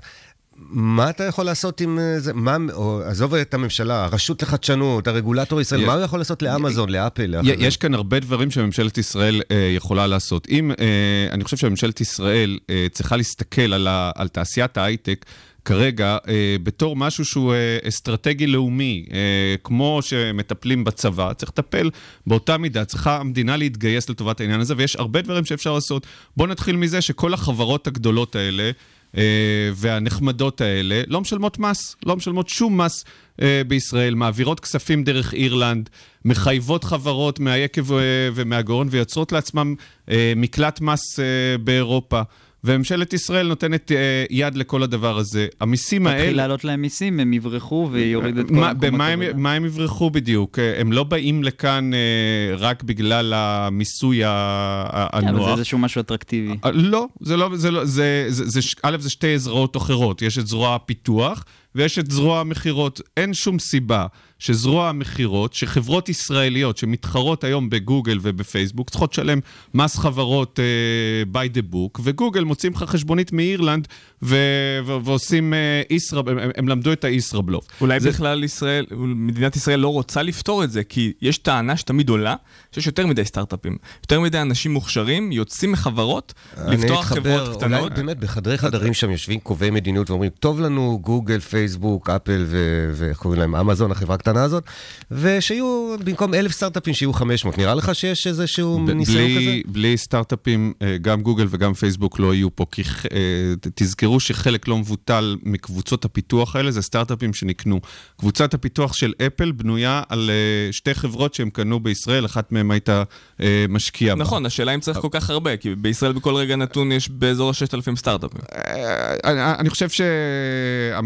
מה אתה יכול לעשות עם זה? מה, או, עזוב את הממשלה, הרשות לחדשנות, הרגולטור ישראל, י... מה הוא יכול לעשות לאמזון, לאפל? לאחרים? יש כאן הרבה דברים שממשלת ישראל אה, יכולה לעשות. אם, אה, אני חושב שממשלת ישראל אה, צריכה להסתכל על, ה, על תעשיית ההייטק, כרגע, אה, בתור משהו שהוא אה, אסטרטגי לאומי, אה, כמו שמטפלים בצבא, צריך לטפל באותה מידה, צריכה המדינה להתגייס לטובת העניין הזה, ויש הרבה דברים שאפשר לעשות. בואו נתחיל מזה שכל החברות הגדולות האלה, Uh, והנחמדות האלה לא משלמות מס, לא משלמות שום מס uh, בישראל, מעבירות כספים דרך אירלנד, מחייבות חברות מהיקב uh, ומהגורן ויוצרות לעצמם uh, מקלט מס uh, באירופה. וממשלת ישראל נותנת uh, יד לכל הדבר הזה. המיסים האלה... תתחיל לעלות להם מיסים, הם יברחו ויורידו את כל המקומות. מה הם יברחו בדיוק? הם לא באים לכאן uh, רק בגלל המיסוי הנוח. אבל זה איזשהו משהו אטרקטיבי. לא, זה לא, זה לא, זה, זה, זה, א', זה שתי זרועות אחרות. יש את זרוע הפיתוח, ויש את זרוע המחירות. אין שום סיבה שזרוע המחירות, שחברות ישראליות שמתחרות היום בגוגל ובפייסבוק, צריכות לשלם מס חברות uh, by the book, וגוגל מוצאים לך חשבונית מאירלנד, ו- ו- ועושים uh, ישרא, הם, הם למדו את הישראבלוף. אולי זה... בכלל ישראל, מדינת ישראל לא רוצה לפתור את זה, כי יש טענה שתמיד עולה, שיש יותר מדי סטארט-אפים, יותר מדי אנשים מוכשרים, יוצאים מחברות, לפתוח חברות קטנות. אולי באמת בחדרי חדרים שם יושבים קובעי מדיניות, ואומרים, טוב לנו גוגל, פייסבוק, אפל ואיך קוראים להם, אמזון, החברה הקטנה הזאת, ושיהיו, במקום אלף סטארט-אפים שיהיו חמש מאות. נראה לך שיש איזשהו ניסיון כזה? בלי סטארט-אפים, גם גוגל וגם פייסבוק לא יהיו פה, כי תזכרו שחלק לא מבוטל מקבוצות הפיתוח האלה, זה סטארט-אפים שנקנו. קבוצת הפיתוח של אפל בנויה על שתי חברות שהם קנו בישראל, אחת מהם הייתה משקיעה. נכון, השאלה אם צריך כל כך הרבה, כי בישראל בכל רגע נתון יש באזור ה-ששת אלפים סטארט-אפים. אני חושב שהמספר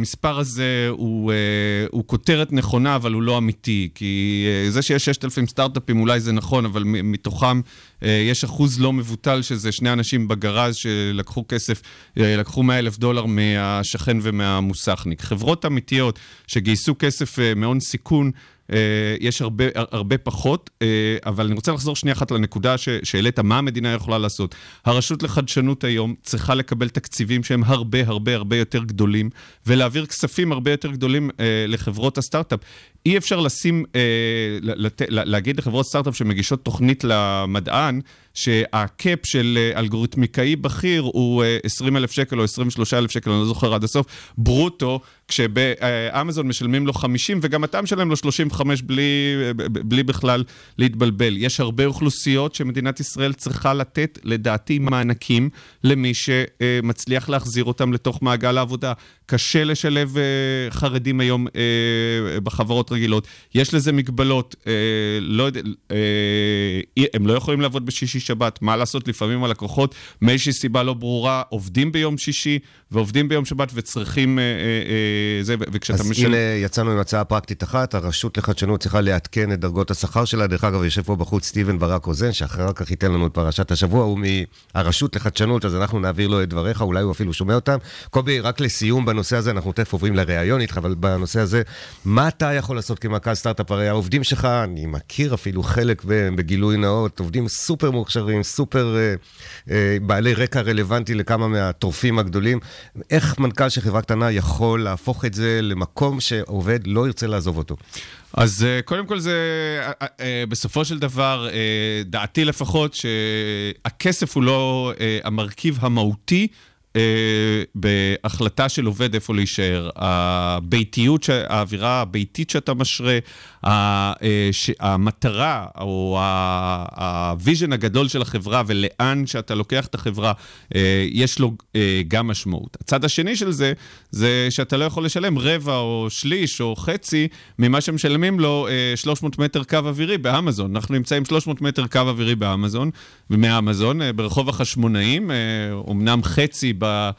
הזה הוא, הוא כותרת נכונה, אבל הוא לא אמיתי, כי זה שיש ששת אלפים סטארט-אפים אולי זה נכון, אבל מתוכם יש אחוז לא מבוטל שזה שני אנשים בגרז שלקחו כסף, לקחו מאה אלף דולר מהשכן ומהמוסכניק. חברות אמיתיות שגייסו כסף מהון סיכון, יש הרבה, הרבה פחות, אבל אני רוצה לחזור שנייה אחת לנקודה שהעלית, מה המדינה יכולה לעשות. הרשות לחדשנות היום צריכה לקבל תקציבים שהם הרבה הרבה הרבה יותר גדולים, ולהעביר כספים הרבה יותר גדולים לחברות הסטארט-אפ. אי אפשר לשים, להגיד לחברות סטארט-אפ שמגישות תוכנית למדען, שהקאפ של אלגוריתמיקאי בכיר הוא עשרים אלף שקל או עשרים ושלושה אלף שקל, אני לא זוכר עד הסוף, ברוטו, כשבאמזון משלמים לו חמישים, וגם אתה משלם לו שלושים וחמש בלי, בלי בכלל להתבלבל. יש הרבה אוכלוסיות שמדינת ישראל צריכה לתת, לדעתי, מענקים למי שמצליח להחזיר אותם לתוך מעגל העבודה. קשה לשלב חרדים היום בחברות רגילות. יש לזה מגבלות, לא יודע, הם לא יכולים לעבוד בשישי שבת. מה לעשות? לפעמים הלקוחות, מאיזושהי סיבה לא ברורה, עובדים ביום שישי ועובדים ביום שבת וצריכים זה, וכשאתה אז משל... הנה יצאנו עם הצעה פרקטית אחת, הרשות לחדשנות צריכה לעדכן את דרגות השכר שלה. דרך אגב, יושב פה בחוץ סטיבן ברק אוזן, שאחר כך ייתן לנו את פרשת השבוע, הוא מהרשות לחדשנות, אז אנחנו נעביר לו את דבריך, אולי הוא אפילו שומע אותם. קובי, רק לסיום בנושא הזה, אנחנו תכף עוברים לראיון איתך, אבל בנושא הזה, מה אתה יכול לעשות כמרכז סטארט-אפ? הרי העובדים שלך, אני מכיר אפילו חלק בגילוי נאות, עובדים סופר מוכשרים, סופר אה, אה, בעלי רקע רלוונטי לכמה מהטורפים הגדולים. איך מנכ"ל של חברה קטנה יכול להפוך את זה למקום שעובד לא ירצה לעזוב אותו? אז קודם כל זה, בסופו של דבר, דעתי לפחות, שהכסף הוא לא המרכיב המהותי, בהחלטה של עובד איפה להישאר. הביתיות, האווירה הביתית שאתה משרה, המטרה או הוויז'ן הגדול של החברה ולאן שאתה לוקח את החברה, יש לו גם משמעות. הצד השני של זה, זה שאתה לא יכול לשלם רבע או שליש או חצי ממה שמשלמים לו שלוש מאות מטר קו אווירי באמזון. אנחנו נמצאים שלוש מאות מטר קו אווירי באמזון, ומהאמזון, ברחוב החשמונאים, אומנם חצי ב...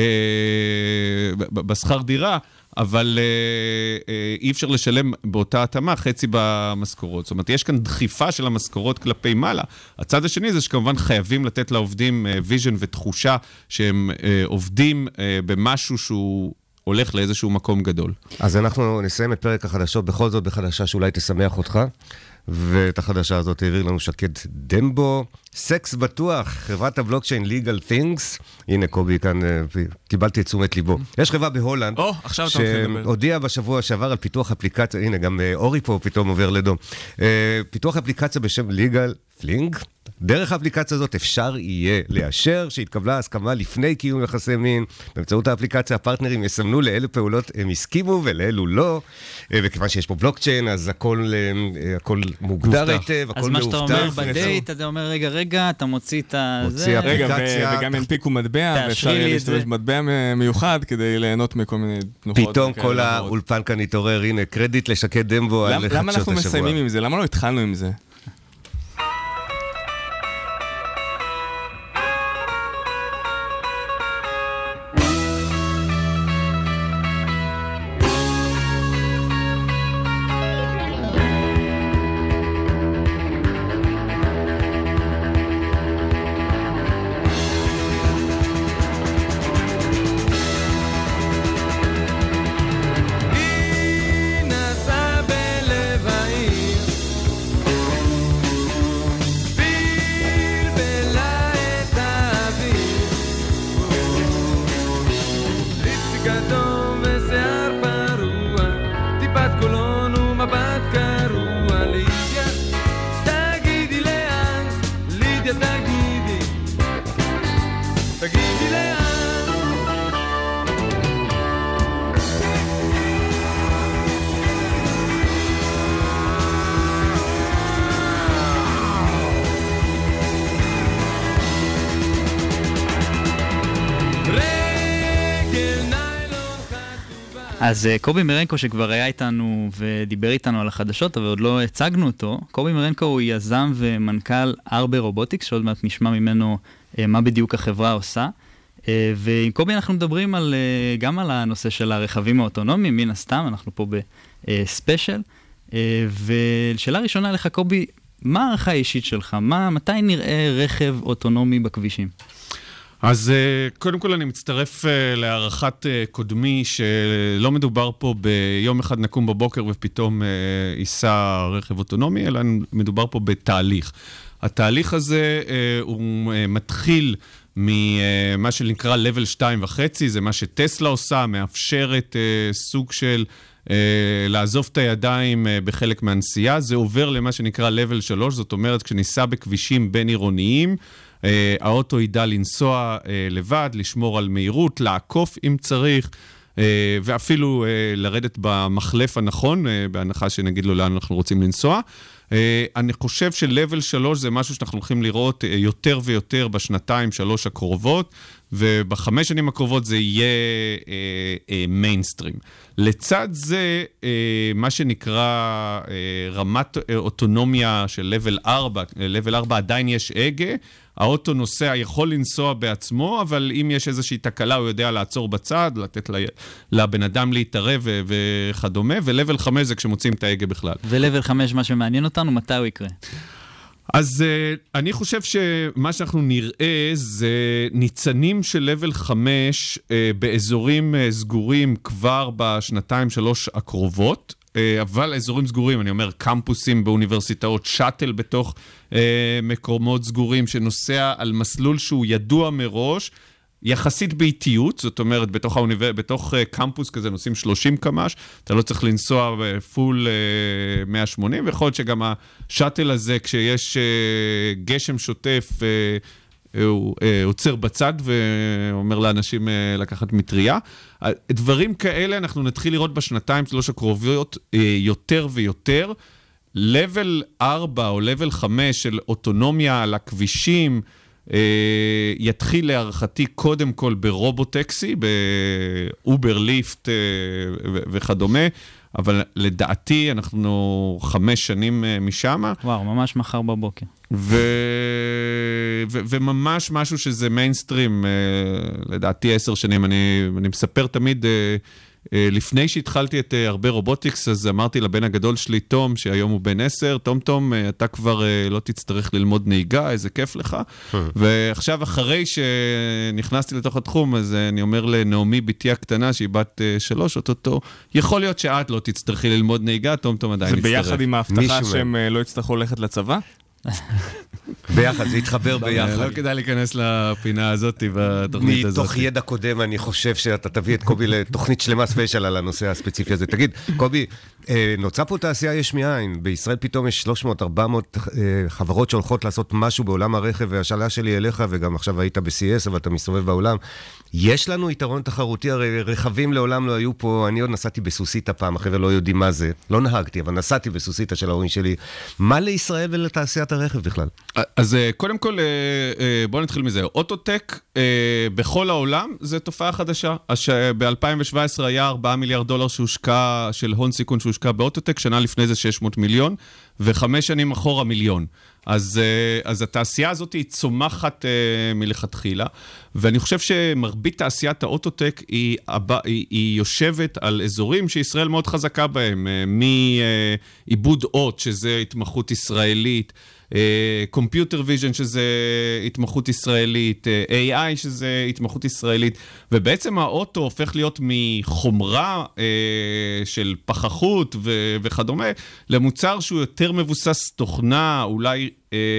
בשכר דירה, אבל אי אפשר לשלם באותה התאמה חצי במשכורות. זאת אומרת, יש כאן דחיפה של המשכורות כלפי מעלה. הצד השני זה שכמובן חייבים לתת לעובדים ויז'ן ותחושה שהם עובדים במשהו שהוא הולך לאיזשהו מקום גדול. אז אנחנו נסיים את פרק החדשות, בכל זאת בחדשה שאולי תשמח אותך. ואת החדשה הזאת העביר לנו שקד דמבו. סקס בטוח, חברת הבלוקצ'יין Legal Things. הנה קובי כאן, קיבלתי את תשומת ליבו. יש חברה בהולנד, או, עכשיו אתה מתחיל לדבר. שהודיעה בשבוע שעבר על פיתוח אפליקציה, הנה גם אורי פה פתאום עובר לדום. פיתוח אפליקציה בשם Legal Things. דרך האפליקציה הזאת אפשר יהיה לאשר שהתקבלה הסכמה לפני קיום יחסי מין. באמצעות האפליקציה הפרטנרים יסמנו לאילו פעולות הם הסכימו ולאילו לא. וכיוון שיש פה בלוקצ'יין, אז הכל, הכל מוגדר היטב, הכל מאובטח. אז מה שאתה אומר בדייט, אתה אומר רגע רגע, אתה מוציא את זה. רגע, וגם ינפיקו מטבע, ואפשר להשתמש מטבע מיוחד כדי ליהנות מכל מיני תנוחות. פתאום כל האולפן כאן התעורר, הנה קרדיט לשקד דמבו על חדשות השבוע. למה אנחנו מסיימים עם זה? למה לא התחלנו עם זה? אז קובי מרנקו שכבר היה איתנו ודיבר איתנו על החדשות, אבל עוד לא הצגנו אותו. קובי מרנקו הוא יזם ומנכ"ל ארבה רובוטיקס, שעוד מעט נשמע ממנו מה בדיוק החברה עושה. ועם קובי אנחנו מדברים על, גם על הנושא של הרכבים האוטונומיים, מן הסתם, אנחנו פה בספיישל. ושאלה ראשונה לך, קובי, מה הערכה האישית שלך? מה, מתי נראה רכב אוטונומי בכבישים? אז קודם כל אני מצטרף להערכת קודמי שלא מדובר פה ביום אחד נקום בבוקר ופתאום ייסע רכב אוטונומי, אלא מדובר פה בתהליך. התהליך הזה הוא מתחיל ממה שנקרא level שתיים וחצי, זה מה שטסלה עושה, מאפשרת סוג של לעזוב את הידיים בחלק מהנסיעה, זה עובר למה שנקרא level שלוש, זאת אומרת כשניסע בכבישים בין עירוניים, האוטו ידע לנסוע לבד, לשמור על מהירות, לעקוף אם צריך, ואפילו לרדת במחלף הנכון, בהנחה שנגיד לו לאן אנחנו רוצים לנסוע. אני חושב של-level שלוש זה משהו שאנחנו הולכים לראות יותר ויותר בשנתיים, שלוש הקרובות, ובחמש שנים הקרובות זה יהיה מיינסטרים. לצד זה, מה שנקרא רמת אוטונומיה של level ארבע, level ארבע עדיין יש הגה, האוטו נוסע יכול לנסוע בעצמו, אבל אם יש איזושהי תקלה, הוא יודע לעצור בצד, לתת לבן אדם להתערב וכדומה, ו-level חמש זה כשמוצאים את ההגה בכלל. ו-level חמש, מה שמעניין אותנו, מתי הוא יקרה? אז uh, אני חושב שמה שאנחנו נראה זה ניצנים של level חמש uh, באזורים uh, סגורים כבר בשנתיים שלוש הקרובות, uh, אבל אזורים סגורים, אני אומר קמפוסים באוניברסיטאות, שאטל בתוך uh, מקומות סגורים שנוסע על מסלול שהוא ידוע מראש, יחסית באיטיות, זאת אומרת, בתוך, האוניבר... בתוך uh, קמפוס כזה נוסעים שלושים קמ"ש, אתה לא צריך לנסוע בפול uh, מאה ושמונים, ויכול להיות שגם השאטל הזה, כשיש uh, גשם שוטף, uh, הוא uh, עוצר בצד ואומר לאנשים uh, לקחת מטריה. דברים כאלה אנחנו נתחיל לראות בשנתיים, שלוש הקרובות, uh, יותר ויותר. level ארבע או level חמש של אוטונומיה על הכבישים, יתחיל להערכתי קודם כל ברובוטקסי, באובר ליפט וכדומה, אבל לדעתי אנחנו חמש שנים משם. וואו, ממש מחר בבוקר. ו... ו... וממש משהו שזה מיינסטרים, לדעתי עשר שנים. אני, אני מספר תמיד, לפני שהתחלתי את הרבה רובוטיקס, אז אמרתי לבן הגדול שלי, תום, שהיום הוא בן עשר, תום תום, אתה כבר לא תצטרך ללמוד נהיגה, איזה כיף לך. ועכשיו, אחרי שנכנסתי לתוך התחום, אז אני אומר לנעמי ביתי הקטנה, שהיא בת שלוש, אותו, יכול להיות שאת לא תצטרכי ללמוד נהיגה, תום תום עדיין נצטרך. זה ביחד עם ההבטחה שהם לא יצטרכו ללכת לצבא? ביחד, זה יתחבר ביחד. לא כדאי להיכנס לפינה הזאת בתוכנית הזאת. מתוך ידע קודם, אני חושב שאתה תביא את קובי לתוכנית שלמה ספיישל על הנושא הספציפי הזה. תגיד, קובי, נוצא פה תעשייה יש מאין. בישראל פתאום יש שלוש מאות ארבע מאות חברות שהולכות לעשות משהו בעולם הרכב, והשאלה שלי אליך, וגם עכשיו היית ב-סי אס, אבל אתה מסתובב בעולם. יש לנו יתרון תחרותי, הרי רכבים לעולם לא היו פה, אני עוד נסעתי בסוסיטה פעם, החבר'ה לא יודעים מה זה, לא נהגתי, אבל נסעתי בסוסיטה של ההורים שלי. מה לישראל ולתעשיית הרכב בכלל? אז קודם כל, בואו נתחיל מזה. אוטוטק בכל העולם זה תופעה חדשה. ב-אלפיים שבע עשרה היה ארבעה מיליארד דולר שהושקע, של הון סיכון שהושקע באוטוטק, שנה לפני זה שש מאות מיליון, וחמש שנים אחורה מיליון. אז, אז התעשייה הזאת היא צומחת uh, מלכתחילה, ואני חושב שמרבית תעשיית האוטוטק היא, היא, היא יושבת על אזורים שישראל מאוד חזקה בהם, uh, מעיבוד אות, שזה התמחות ישראלית, קומפיוטר ויז'ן שזה התמחות ישראלית, איי איי שזה התמחות ישראלית, ובעצם האוטו הופך להיות מחומרה של פחחות וכדומה, למוצר שהוא יותר מבוסס תוכנה, אולי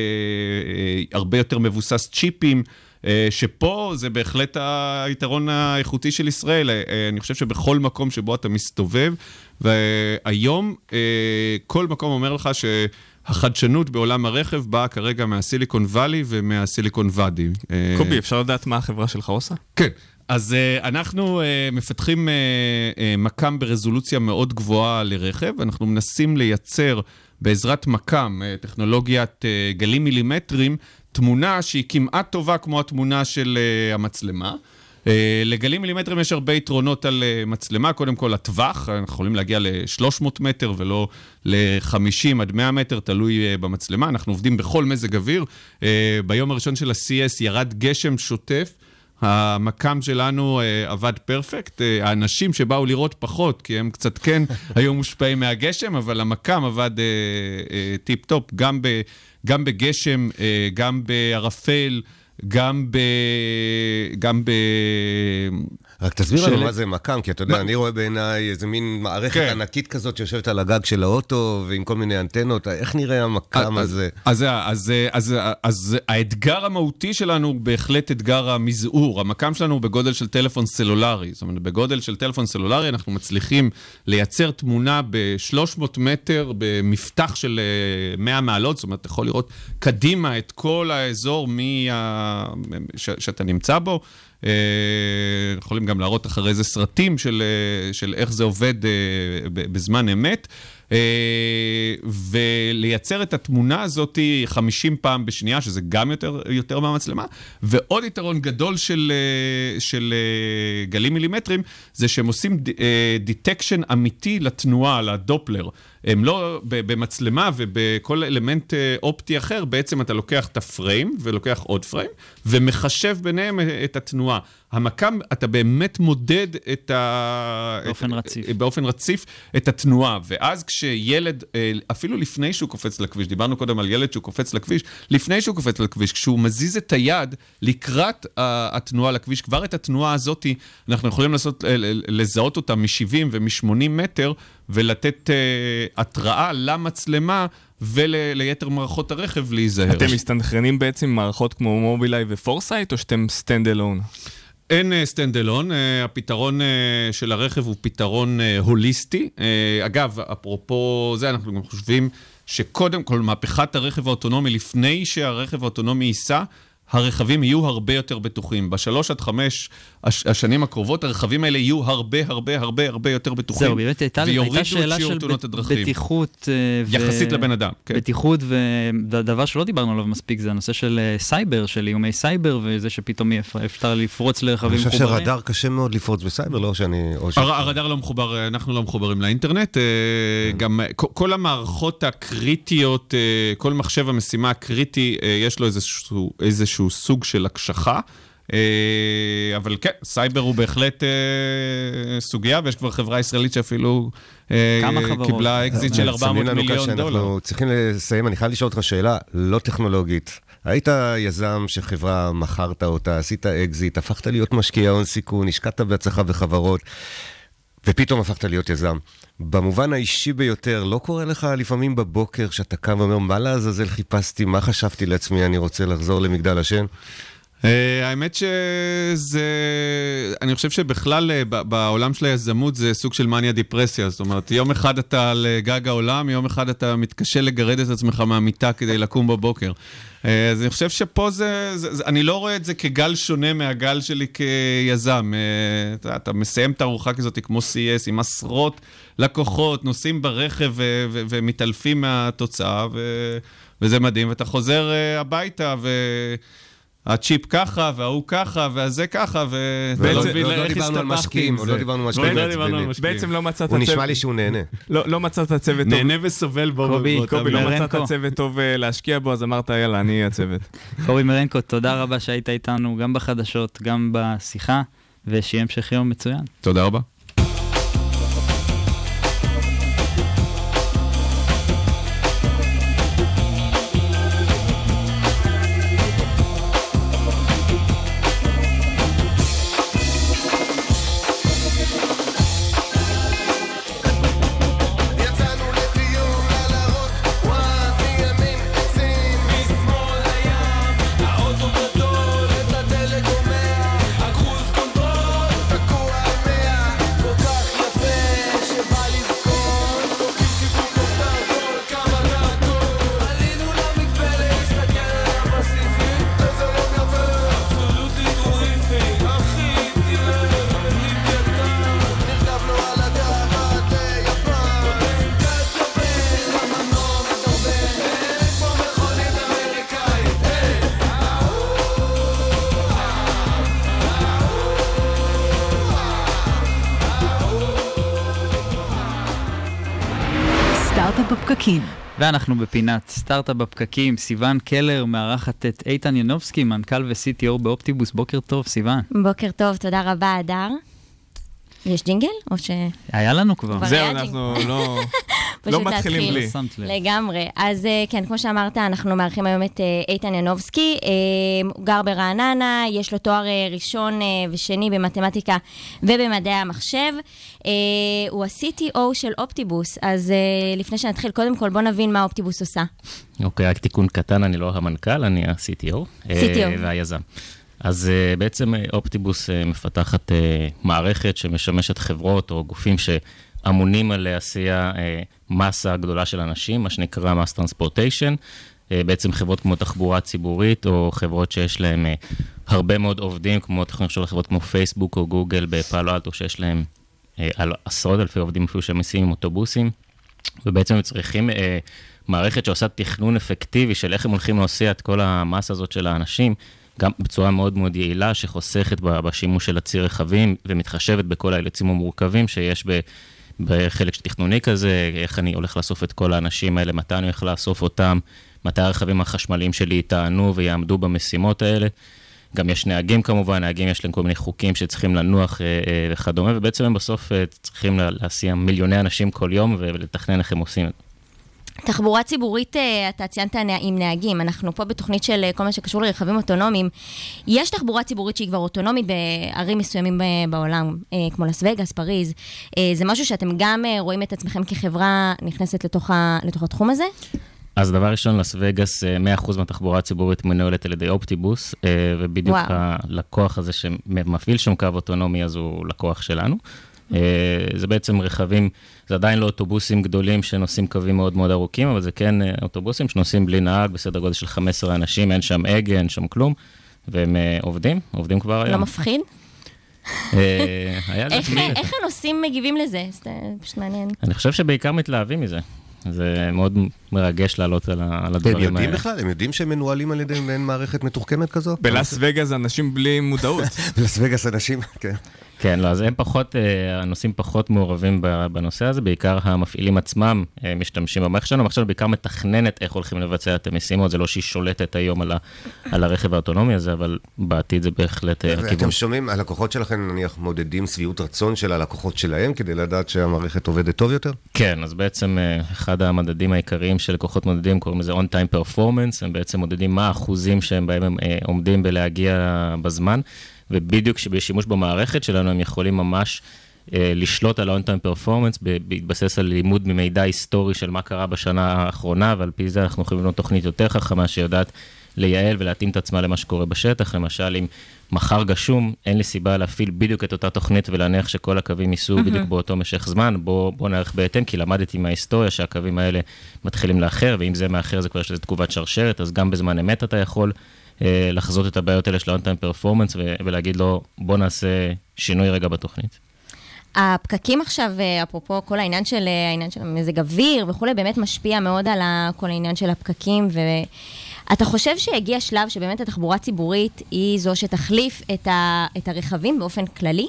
הרבה יותר מבוסס צ'יפים, שפה זה בהחלט היתרון האיכותי של ישראל. אני חושב שבכל מקום שבו אתה מסתובב, והיום כל מקום אומר לך ש... החדשנות בעולם הרכב באה כרגע מהסיליקון ואלי ומהסיליקון ואדי. קובי, אפשר לדעת מה החברה שלך עושה? כן. אז uh, אנחנו uh, מפתחים uh, uh, מקם ברזולוציה מאוד גבוהה לרכב, אנחנו מנסים לייצר בעזרת מקם, uh, טכנולוגיית uh, גלים מילימטרים, תמונה שהיא כמעט טובה כמו התמונה של uh, המצלמה. Uh, לגלים מילימטרים יש הרבה יתרונות על uh, מצלמה, קודם כל הטווח, אנחנו יכולים להגיע ל-שלוש מאות מטר ולא ל-חמישים עד מאה מטר, תלוי uh, במצלמה, אנחנו עובדים בכל מזג אוויר, uh, ביום הראשון של ה-סי אס ירד גשם שוטף, המקם שלנו עבד פרפקט, האנשים שבאו לראות פחות, כי הם קצת כן היו מושפעים מהגשם, אבל המקם עבד טיפ טופ, גם, ב, גם בגשם, גם בערפל, גם ב... גם ב... רק תסביר לנו מה זה מקם, כי אתה יודע, אני רואה בעיניי איזה מין מערכת ענקית כזאת שיושבת על הגג של האוטו, ועם כל מיני אנטנות, איך נראה המקם הזה? אז האתגר המהותי שלנו הוא בהחלט אתגר המזעור. המקם שלנו הוא בגודל של טלפון סלולרי. זאת אומרת, בגודל של טלפון סלולרי אנחנו מצליחים לייצר תמונה ב-שלוש מאות מטר, במפתח של מאה מעלות, זאת אומרת, אתה יכול לראות קדימה את כל האזור שאתה נמצא בו. יכולים גם להראות אחרי זה סרטים של, של איך זה עובד בזמן אמת, ולייצר את התמונה הזאת חמישים פעם בשנייה, שזה גם יותר, יותר מהמצלמה, ועוד יתרון גדול של, של גלים מילימטרים, זה שהם עושים דיטקשן אמיתי לתנועה, לדופלר. הם לא, במצלמה ובכל אלמנט אופטי אחר, בעצם אתה לוקח את הפריים, ולוקח עוד פריים, ומחשב ביניהם את התנועה. המקם, אתה באמת מודד את ה... באופן רציף. באופן רציף את התנועה, ואז כשילד, אפילו לפני שהוא קופץ לכביש, דיברנו קודם על ילד שהוא קופץ לכביש, לפני שהוא קופץ לכביש, כשהוא מזיז את היד לקראת התנועה לכביש, כבר את התנועה הזאת, אנחנו יכולים לעשות, לזהות אותה מ-שבעים ו-שמונים מטר, ולתת uh, התראה למצלמה וליתר מערכות הרכב להיזהר. אתם מסתנכרנים בעצם מערכות כמו מובילאיי ופורסייט, או שאתם סטנד אלון? אין סטנד אלון, הפתרון uh, של הרכב הוא פתרון uh, הוליסטי. Uh, אגב, אפרופו זה, אנחנו גם חושבים שקודם כל מהפכת הרכב האוטונומי, לפני שהרכב האוטונומי ייסע, הרכבים יהיו הרבה יותר בטוחים. בשלוש עד חמש השנים הקרובות, הרכבים האלה יהיו הרבה, הרבה, הרבה, הרבה יותר בטוחים. זהו, באמת הייתה שאלה של בטיחות. יחסית לבן אדם. בטיחות, ודבר שלא דיברנו עליו מספיק, זה הנושא של סייבר, של איומי סייבר, וזה שפתאום אפשר לפרוץ לרכבים מחוברים. אני חושב שרדאר קשה מאוד לפרוץ בסייבר, לא שאני... הרדאר לא מחובר, אנחנו לא מחוברים לאינטרנט. גם כל המערכות הקריטיות, כל מחשב המשימה הקריטי, יש לו איזשהו סוג של הקשחה, אבל כן, סייבר הוא בהחלט סוגיה, ויש כבר חברה ישראלית שאפילו קיבלה אקזיט של ארבע מאות מיליון דולר. אנחנו צריכים לסיים, אני חייב לשאול אותך שאלה לא טכנולוגית. היית יזם שחברה מכרת אותה, עשית אקזיט, הפכת להיות משקיע הון סיכון, השקעת בהצלחה בחברות, ופתאום הפכת להיות יזם. במובן האישי ביותר, לא קורה לך לפעמים בבוקר שאתה קם ואומר, מה לעזאזל חיפשתי, מה חשבתי לעצמי, אני רוצה לחזור למגדל השן? האמת שזה, אני חושב שבכלל בעולם של היזמות זה סוג של מניה דיפרסיה, זאת אומרת, יום אחד אתה על גג העולם, יום אחד אתה מתקשה לגרד את עצמך מהמיטה כדי לקום בבוקר. אז אני חושב שפה זה, זה, אני לא רואה את זה כגל שונה מהגל שלי כיזם. אתה, אתה מסיים את הארוחה כזאת כמו סי אס עם עשרות לקוחות, נוסעים ברכב ו- ו- ומתעלפים מהתוצאה, ו- וזה מדהים, ואתה חוזר הביתה ו... הצ'יפ ככה, והוא ככה, והזה ככה, ולא דיברנו על משקיעים, לא דיברנו על משקיעים. בעצם לא מצאת... הוא נשמע לי שהוא נהנה. לא מצאת צוות טוב. נהנה וסובל בו. קובי, לא מצאת צוות טוב להשקיע בו, אז אמרת, יאללה, אני אהיה הצוות. קובי מרנקו, תודה רבה שהיית איתנו, גם בחדשות, גם בשיחה, ושיהיה המשך יום מצוין. תודה רבה. בפקקים. ואנחנו בפינת סטארט-אפ בפקקים, סיוון קלר, מארחת את איתן ינובסקי, מנכ"ל ו-סי טי או באופטיבוס. בוקר טוב, סיוון. בוקר טוב, תודה רבה, אדר. יש ג'ינגל? או ש... היה לנו כבר. זהו, אנחנו לא... לא מתחילים בלי. לגמרי. אז כן, כמו שאמרת, אנחנו מארחים היום את איתן ינובסקי. הוא גר ברעננה, יש לו תואר ראשון ושני במתמטיקה ובמדעי המחשב. הוא ה-סי טי או של אופטיבוס. אז לפני שנתחיל, קודם כל, בוא נבין מה אופטיבוס עושה. אוקיי, רק תיקון קטן, אני לא המנכ"ל, אני ה-סי טי או. סי טי או. והיזם. אז uh, בעצם אופטיבוס uh, מפתחת uh, מערכת שמשמשת חברות או גופים שאמונים על להסיע uh, מסה גדולה של אנשים, מה שנקרא mass transportation, uh, בעצם חברות כמו תחבורה ציבורית או חברות שיש להם uh, הרבה מאוד עובדים, כמו תכניות של חברות כמו פייסבוק או גוגל בפאלו אלטו, שיש להם uh, על עשרות אלפי עובדים אפילו שמסיעים עם אוטובוסים, ובעצם הם צריכים uh, מערכת שעושה תכנון אפקטיבי של איך הם הולכים להסיע את כל המסה הזאת של האנשים, גם בצורה מאוד מאוד יעילה, שחוסכת בשימוש של הציר רכבים, ומתחשבת בכל האילוצים המורכבים שיש בחלק תכנוני כזה, איך אני הולך לאסוף את כל האנשים האלה, מתי אני הולך לאסוף אותם, מתי הרכבים החשמליים שלי יטענו ויעמדו במשימות האלה. גם יש נהגים כמובן, נהגים יש להם כל מיני חוקים שצריכים לנוח וכדומה, ובעצם הם בסוף צריכים להסיע מיליוני אנשים כל יום, ולתכנן איך הם עושים את זה. תחבורה ציבורית, אתה ציינת עם נהגים, אנחנו פה בתוכנית של כל מה שקשור לרכבים אוטונומיים. יש תחבורה ציבורית שהיא כבר אוטונומית בערים מסוימים בעולם, כמו לס וגאס, פריז. זה משהו שאתם גם רואים את עצמכם כחברה נכנסת לתוך, ה, לתוך התחום הזה? אז דבר ראשון, לס וגאס, מאה אחוז מהתחבורה הציבורית מנוהלת על ידי אופטיבוס, ובדיוק וואו. הלקוח הזה שמפעיל שם קו אוטונומי, אז הוא לקוח שלנו. זה בעצם רכבים, זה עדיין לא אוטובוסים גדולים שנוסעים קווים מאוד מאוד ארוכים, אבל זה כן אוטובוסים שנוסעים בלי נהג, בסדר גודל של חמישה עשר אנשים, אין שם אגה, אין שם כלום, והם עובדים, עובדים כבר היום. לא מפחיד? איך הנוסעים מגיבים לזה? זה פשוט מעניין. אני חושב שבעיקר מתלהבים מזה. זה מאוד מרגש לעלות על הדברים האלה. הם יודעים בכלל? הם יודעים שהם מנוהלים על ידי מעין מערכת מתוחכמת כזו? בלס וגאס אנשים בלי מודעות. בלס וגאס אנשים, כן. כן, לא, אז הם פחות, הנושאים פחות מעורבים בנושא הזה, בעיקר המפעילים עצמם משתמשים במערכת שלנו, המערכת שלנו בעיקר מתכננת איך הולכים לבצע את המשימות, זה לא שהיא שולטת היום על, ה, על הרכב האוטונומי הזה, אבל בעתיד זה בהחלט הכיוון. אתם שומעים, הלקוחות שלכם נניח מודדים שביעות רצון של הלקוחות שלהם, כדי לדעת שהמערכת עובדת טוב יותר? כן, אז בעצם אחד המדדים העיקריים של לקוחות מודדים, קוראים לזה on-time performance, הם בעצם מודדים מה האחוזים שהם בהם הם עומדים בלהגיע בזמן, ובדיוק שבשימוש במערכת שלנו הם יכולים ממש אה, לשלוט על ה-on-time performance, בהתבסס על לימוד ממידע היסטורי של מה קרה בשנה האחרונה, ועל פי זה אנחנו יכולים לבנות תוכנית יותר חכמה שיודעת לייעל ולהתאים את עצמה למה שקורה בשטח. למשל, אם מחר גשום, אין לי סיבה להפעיל בדיוק את אותה תוכנית ולהניח שכל הקווים ייסעו mm-hmm. בדיוק באותו משך זמן. בוא, בוא נערך בהתאם, כי למדתי מההיסטוריה שהקווים האלה מתחילים לאחר, ואם זה מאחר זה כבר שזה תגובת שרשרת, אז גם בזמן אמת אתה יכול לחזות את הבעיות האלה של ה-on-time performance ולהגיד לו, בוא נעשה שינוי רגע בתוכנית. הפקקים עכשיו, אפרופו כל העניין של, העניין של מזג אוויר וכולי, באמת משפיע מאוד על כל העניין של הפקקים, ואתה חושב שהגיע שלב שבאמת התחבורה הציבורית היא זו שתחליף את, ה, את הרכבים באופן כללי?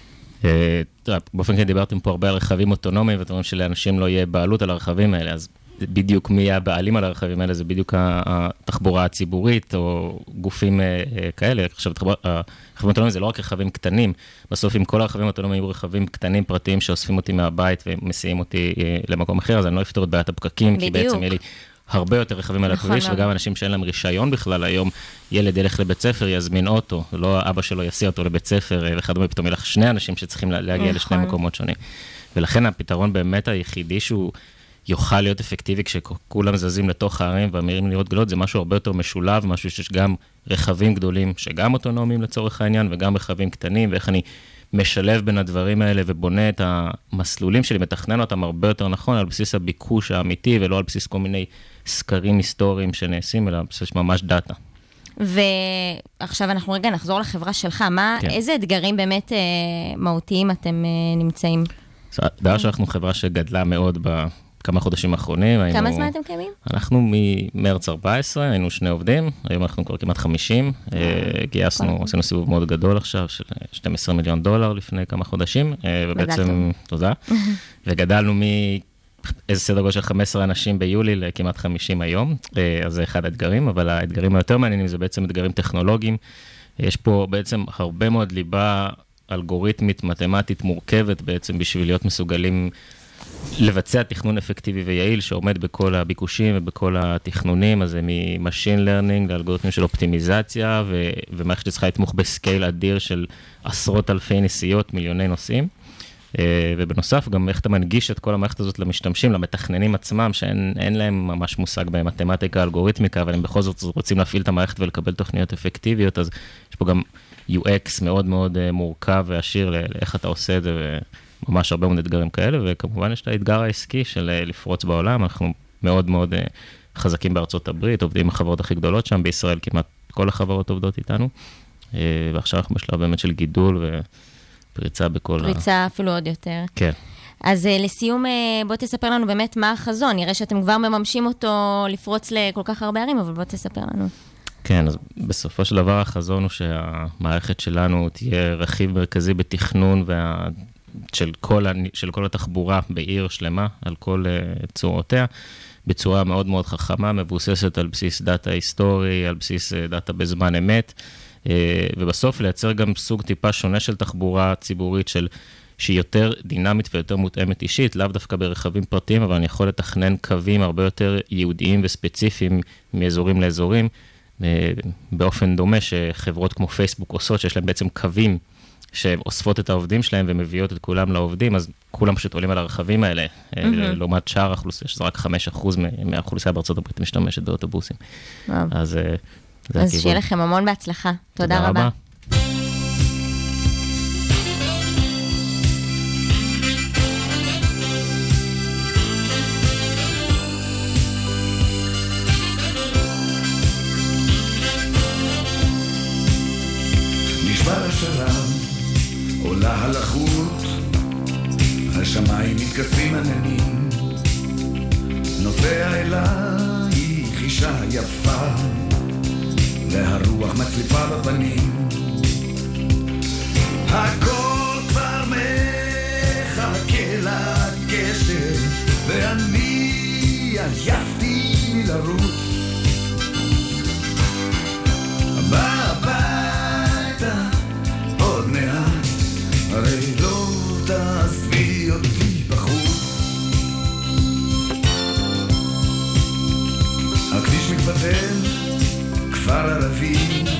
באופן כללי דיברתם פה הרבה על רכבים אוטונומיים, ואתם אומרים שלאנשים לא יהיה בעלות על הרכבים האלה, אז בדיוק מי יהיה הבעלים על הרכבים האלה, זה בדיוק התחבורה הציבורית, או גופים כאלה. עכשיו, הרכבים אוטונומיים זה לא רק רכבים קטנים, בסוף אם כל הרכבים האוטונומיים יהיו רכבים קטנים פרטיים שאוספים אותי מהבית ומסיעים אותי למקום אחר, אז אני לא אפתור את בעיית הפקקים, כי בעצם יהיה לי הרבה יותר רכבים על הכביש, וגם אנשים שאין להם רישיון בכלל היום, ילד ילך לבית ספר, יזמין אוטו, לא אבא שלו יסיע אותו לבית ספר, וכדומה, פתאום ילך שני אנשים שצריכים להגיע לשני מקומות שונים. ולכן הפתרון באמת היחידי שהוא יוכל להיות אפקטיבי כשכולם זזים לתוך הערים והמהירים להיות גדולות, זה משהו הרבה יותר משולב, משהו שיש גם רכבים גדולים שגם אוטונומיים לצורך העניין, וגם רכבים קטנים, ואיך אני משלב בין הדברים האלה ובונה את המסלולים שלי, מתכנן אותם הרבה יותר נכון, על בסיס הביקוש האמיתי, ולא על בסיס כל מיני סקרים היסטוריים שנעשים, אלא על בסיס ממש דאטה. ועכשיו אנחנו רגע נחזור לחברה שלך, מה, כן. איזה אתגרים באמת אה, מהותיים אתם אה, נמצאים? דבר שאנחנו חברה שגדלה מאוד ב... כמה חודשים האחרונים. כמה היינו, זמן אתם קיימים? אנחנו ממרץ ארבע עשרה, היינו שני עובדים, היום אנחנו כבר כמעט חמישים, גייסנו, עשינו סיבוב מאוד גדול עכשיו, של שנים עשר מיליון דולר לפני כמה חודשים, ובעצם, תודה, וגדלנו איזה סדר גודל של חמישה עשר אנשים ביולי לכמעט חמישים היום, אז זה אחד האתגרים, אבל האתגרים היותר מעניינים זה בעצם אתגרים טכנולוגיים. יש פה בעצם הרבה מאוד ליבה אלגוריתמית, מתמטית מורכבת בעצם בשביל להיות מסוגלים לבצע תכנון אפקטיבי ויעיל שעומד בכל הביקושים ובכל התכנונים, אז זה מ-machine learning לאלגוריתמים של אופטימיזציה, ו- ומערכת שצריכה לתמוך בסקייל אדיר של עשרות אלפי נסיעות, מיליוני נוסעים. ובנוסף, גם איך אתה מנגיש את כל המערכת הזאת למשתמשים, למתכננים עצמם, שאין להם ממש מושג במתמטיקה, אלגוריתמיקה, אבל הם בכל זאת רוצים להפעיל את המערכת ולקבל תוכניות אפקטיביות, אז יש פה גם יו אקס מאוד מאוד מורכב ועשיר לאיך אתה עושה את זה, וממש הרבה מאוד אתגרים כאלה, וכמובן יש את האתגר העסקי של לפרוץ בעולם, אנחנו מאוד מאוד חזקים בארצות הברית, עובדים עם החברות הכי גדולות שם, בישראל כמעט כל החברות עובדות איתנו, ועכשיו אנחנו בשלב באמת של גידול ו... פריצה בכל... פריצה אפילו עוד יותר. כן. אז לסיום, בוא תספר לנו באמת מה החזון. נראה שאתם כבר מממשים אותו לפרוץ לכל כך הרבה ערים, אבל בוא תספר לנו. כן, אז בסופו של דבר החזון הוא שהמערכת שלנו תהיה רכיב מרכזי בתכנון וה... של, כל... של כל התחבורה בעיר שלמה, על כל צורותיה, בצורה מאוד מאוד חכמה, מבוססת על בסיס דאטה היסטורי, על בסיס דאטה בזמן אמת, ובסוף לייצר גם סוג טיפה שונה של תחבורה ציבורית של, שהיא יותר דינמית ויותר מותאמת אישית, לאו דווקא ברכבים פרטיים, אבל אני יכול לתכנן קווים הרבה יותר ייעודיים וספציפיים מאזורים לאזורים, באופן דומה שחברות כמו פייסבוק עושות, שיש להם בעצם קווים שאוספות את העובדים שלהם ומביאות את כולם לעובדים, אז כולם פשוט עולים על הרכבים האלה, mm-hmm. לעומת שאר האוכלוסייה, שזה רק חמישה אחוז מהאוכלוסייה בארצות הברית משתמשת באוטובוסים. Wow. אז... אז שיהיה לכם המון בהצלחה. תודה, תודה רבה. נשבר השלם, עולה הלחות, השמיים מתכסים עננים, נוסע אלייך אישה יפה, והרוח מצליפה בפנים, הכל כבר מחכה לגשר, ואני עייפתי מלרוץ, הביתה עוד מעט, הרי לא תעזבי אותי בחוץ. הכביש מתבטל, כפר ערבי,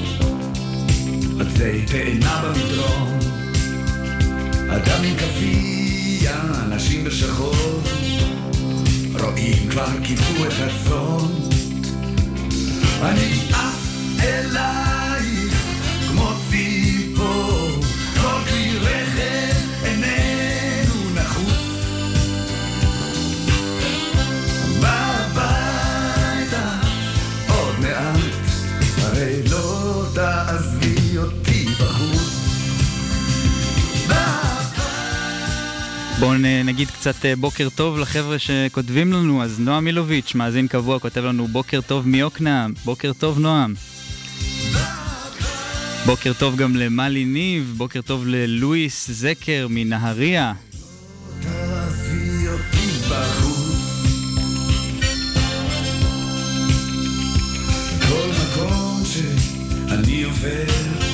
עצי תאנה במדרון, אדם עם כפייה, אנשים בשחור, רואים כבר כיפו את הצאן, אני עף אלייך כמו ציפור, כל כלי רכב איננו נחוץ, בביתה עוד מעט, הרי לא תעזבי אותי בחוץ. בואו נגיד קצת בוקר טוב לחבר'ה שכותבים לנו. אז נועם מילוביץ', מאזין קבוע, כותב לנו בוקר טוב מיוקנעם. בוקר טוב נועם. בוקר טוב גם למלי ניב, בוקר טוב ללואיס זקר מנהריה. תעזבי אותי בחוץ, כל מקום שאני עובר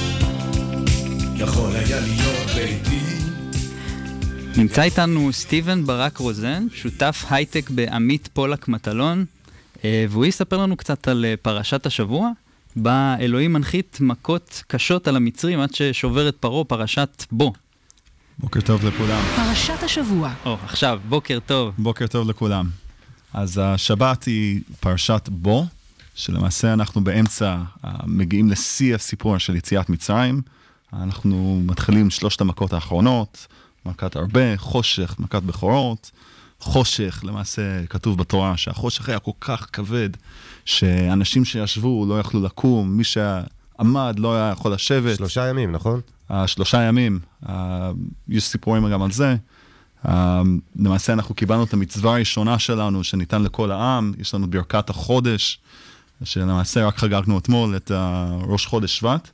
יכול היה להיות ביתי. נמצא איתנו סטיבן ברק רוזן, שותף הייטק בעמית פולק מטלון, והוא יספר לנו קצת על פרשת השבוע, בה אלוהים מנחית מכות קשות על המצרים עד ששובר את פרעה, פרשת בו. בוקר טוב לכולם. פרשת השבוע. או, עכשיו, בוקר טוב. בוקר טוב לכולם. אז השבת היא פרשת בו, שלמעשה אנחנו באמצע מגיעים לשיא הסיפור של יציאת מצרים. אנחנו מתחילים שלושת המכות האחרונות, מכת הרבה, חושך, מכת בכורות. חושך, למעשה כתוב בתורה שהחושך היה כל כך כבד, שאנשים שישבו לא יכלו לקום, מי שעמד לא היה יכול לשבת. שלושה ימים, נכון? שלושה ימים, יש סיפורים גם על זה. למעשה אנחנו קיבלנו את המצווה הראשונה שלנו, שניתן לכל העם, יש לנו ברכת החודש, שלמעשה רק חגגנו אתמול את ראש חודש שבט.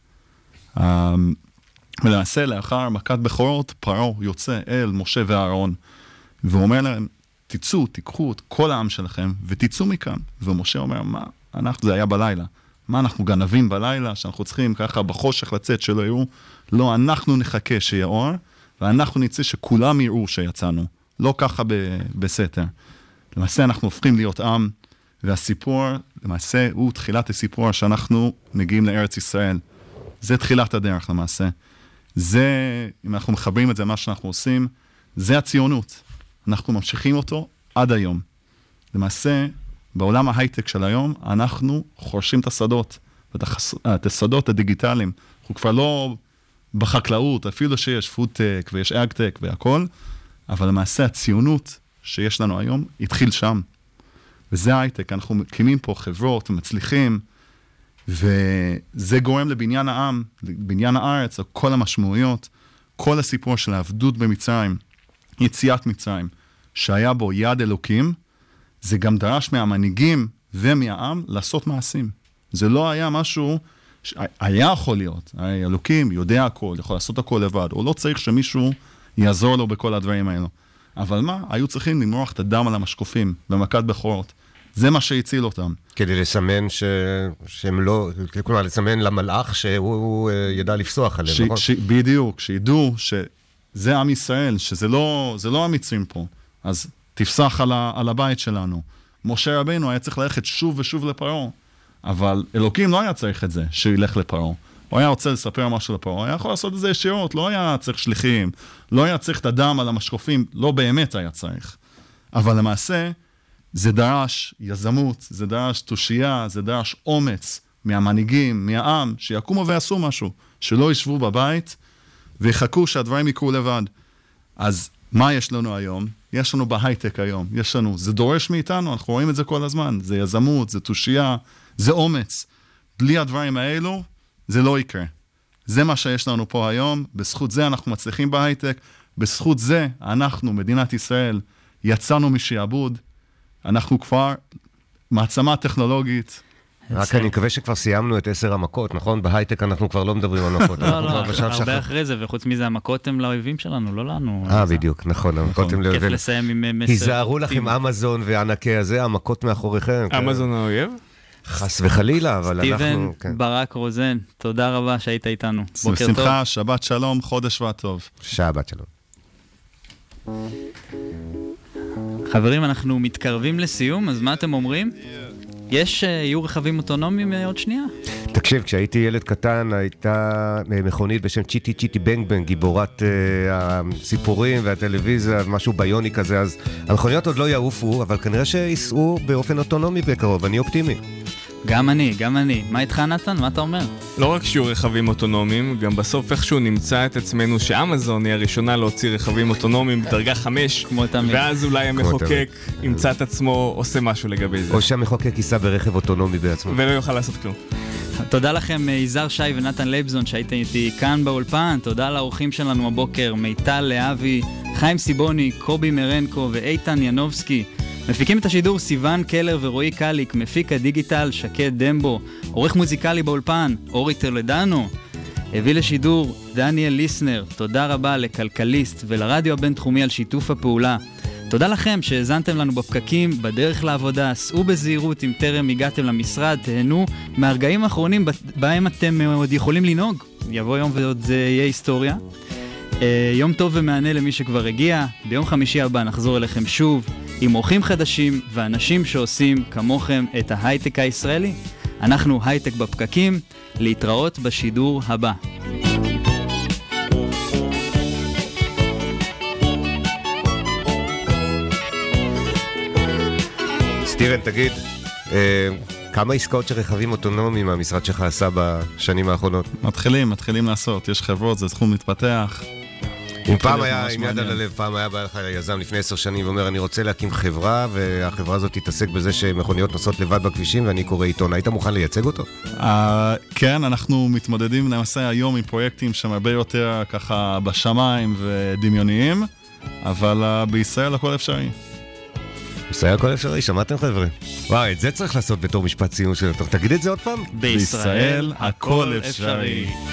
ולמעשה לאחר מכת בכורות, פרעה יוצא אל משה ואהרון, והוא אומר להם, תצאו, תיקחו את כל העם שלכם ותצאו מכאן. ומשה אומר, מה? אנחנו, זה היה בלילה. מה אנחנו גנבים בלילה, שאנחנו צריכים ככה בחושך לצאת שלא יראו? לא, אנחנו נחכה שיהיה אור, ואנחנו נצא שכולם יראו שיצאנו. לא ככה ב- בסתר. למעשה אנחנו הופכים להיות עם, והסיפור, למעשה, הוא תחילת הסיפור שאנחנו מגיעים לארץ ישראל. זה תחילת הדרך למעשה. זה, אם אנחנו מחברים את זה, מה שאנחנו עושים, זה הציונות. אנחנו ממשיכים אותו עד היום. למעשה, בעולם ההייטק של היום, אנחנו חורשים את השדות, את השדות הדיגיטליים. אנחנו כבר לא בחקלאות, אפילו שיש פודטק ויש אגטק והכל, אבל למעשה הציונות שיש לנו היום התחיל שם. וזה ההייטק, אנחנו מקימים פה חברות ומצליחים, וזה גורם לבניין העם, לבניין הארץ, על כל המשמעויות, כל הסיפור של העבדות במצרים, יציאת מצרים, שהיה בו יד אלוקים, זה גם דרש מהמנהיגים ומהעם לעשות מעשים. זה לא היה משהו, היה יכול להיות, אלוקים יודע הכל, יכול לעשות הכל לבד, הוא לא צריך שמישהו יעזור לו בכל הדברים האלו. אבל מה? היו צריכים למרוח את הדם על המשקופים, במכת בכורות. זה מה שהציל אותם. כדי לסמן ש... שהם לא, כלומר, לסמן למלאך שהוא ידע לפסוח עליהם, ש... נכון? ש... בדיוק, שידעו שזה עם ישראל, שזה לא, זה לא המצרים פה. אז תפסח על, ה... על הבית שלנו. משה רבינו היה צריך ללכת שוב ושוב לפרעה, אבל אלוקים לא היה צריך את זה, שהוא ילך לפרעה. הוא היה רוצה לספר משהו לפרעה, הוא היה יכול לעשות את זה ישירות, לא היה צריך שליחים, לא היה צריך את הדם על המשקופים, לא באמת היה צריך. אבל למעשה, זה דרש יזמות, זה דרש תושייה, זה דרש אומץ מהמנהיגים, מהעם, שיקומו ויעשו משהו, שלא ישבו בבית ויחכו שהדברים יקרו לבד. אז מה יש לנו היום? יש לנו בהייטק היום, יש לנו, זה דורש מאיתנו, אנחנו רואים את זה כל הזמן, זה יזמות, זה תושייה, זה אומץ. בלי הדברים האלו, זה לא יקרה. זה מה שיש לנו פה היום, בזכות זה אנחנו מצליחים בהייטק, בזכות זה אנחנו, מדינת ישראל, יצאנו משעבוד, אנחנו כבר מעצמה טכנולוגית. רק אני מקווה שכבר סיימנו את עשר המכות, נכון? בהייטק אנחנו כבר לא מדברים על מכות. לא, לא, הרבה אחרי זה, וחוץ מזה המכות הם לאויבים שלנו, לא לנו. אה, בדיוק, נכון, המכות הם לאויבים. כיף לסיים עם מסר. היזהרו לכם אמזון וענקי הזה, המכות מאחוריכם. אמזון האויב? חס וחלילה, אבל אנחנו... סטיבן ברק רוזן, תודה רבה שהיית איתנו. בוקר טוב. בשמחה, שבת שלום, חודש שבט טוב. שבת שלום. חברים, אנחנו מתקרבים לסיום, אז מה אתם אומרים? יש, יהיו רכבים אוטונומיים עוד שנייה? תקשיב, כשהייתי ילד קטן, הייתה מכונית בשם צ'יטי צ'יטי בנג בנג, גיבורת הסיפורים והטלוויזיה, משהו ביוני כזה, אז המכוניות עוד לא יעופו, אבל כנראה שיסעו באופן אוטונומי בקרוב, אני אופטימי. גם אני, גם אני. מה איתך נתן? מה אתה אומר? לא רק שיהיו רכבים אוטונומיים, גם בסוף איכשהו נמצא את עצמנו שאמזון היא הראשונה להוציא רכבים אוטונומיים בדרגה חמש, ואז אולי המחוקק ימצא את עצמו עושה משהו לגבי זה. או שהמחוקק ייסע ברכב אוטונומי בעצמו. ולא יוכל לעשות כלום. תודה לכם יזהר שי ונתן לייבזון שהייתם איתי כאן באולפן. תודה לאורחים שלנו הבוקר, מיטל להבי, חיים סיבוני, קובי מרנקו ואיתן ינובסקי. מפיקים את השידור סיוון קלר ורועי קליק, מפיק הדיגיטל שקד דמבו, עורך מוזיקלי באולפן אורי טולדנו, הביא לשידור דניאל ליסנר. תודה רבה לכלכליסט ולרדיו הבינתחומי על שיתוף הפעולה. תודה לכם שהזנתם לנו בפקקים, בדרך לעבודה, סעו בזהירות אם טרם הגעתם למשרד, תהנו מהרגעים האחרונים בהם אתם עוד יכולים לנהוג. יבוא יום ועוד זה יהיה היסטוריה. יום טוב ומענה למי שכבר הגיע. ביום חמישי הבא נחזור אליכם שוב עם אורחים חדשים ואנשים שעושים כמוכם את ההייטק הישראלי. אנחנו הייטק בפקקים, להתראות בשידור הבא. סטיבן, תגיד, כמה עסקאות של רכבים אוטונומיים המשרד שלך עשה בשנים האחרונות? מתחילים, מתחילים לעשות. יש חברות, זה תחום מתפתח. אם פעם היה, עם יד על הלב, פעם היה בא לך יזם לפני עשר שנים ואומר, אני רוצה להקים חברה, והחברה הזאת תתעסק בזה שמכוניות נוסעות לבד בכבישים, ואני קורא עיתון. היית מוכן לייצג אותו? כן, אנחנו מתמודדים למעשה היום עם פרויקטים שהם הרבה יותר ככה בשמיים ודמיוניים, אבל בישראל הכל אפשרי. בישראל הכל אפשרי, שמעתם חבר'ה? וואי, את זה צריך לעשות בתור משפט סיום שלו. תגיד את זה עוד פעם? בישראל הכל אפשרי.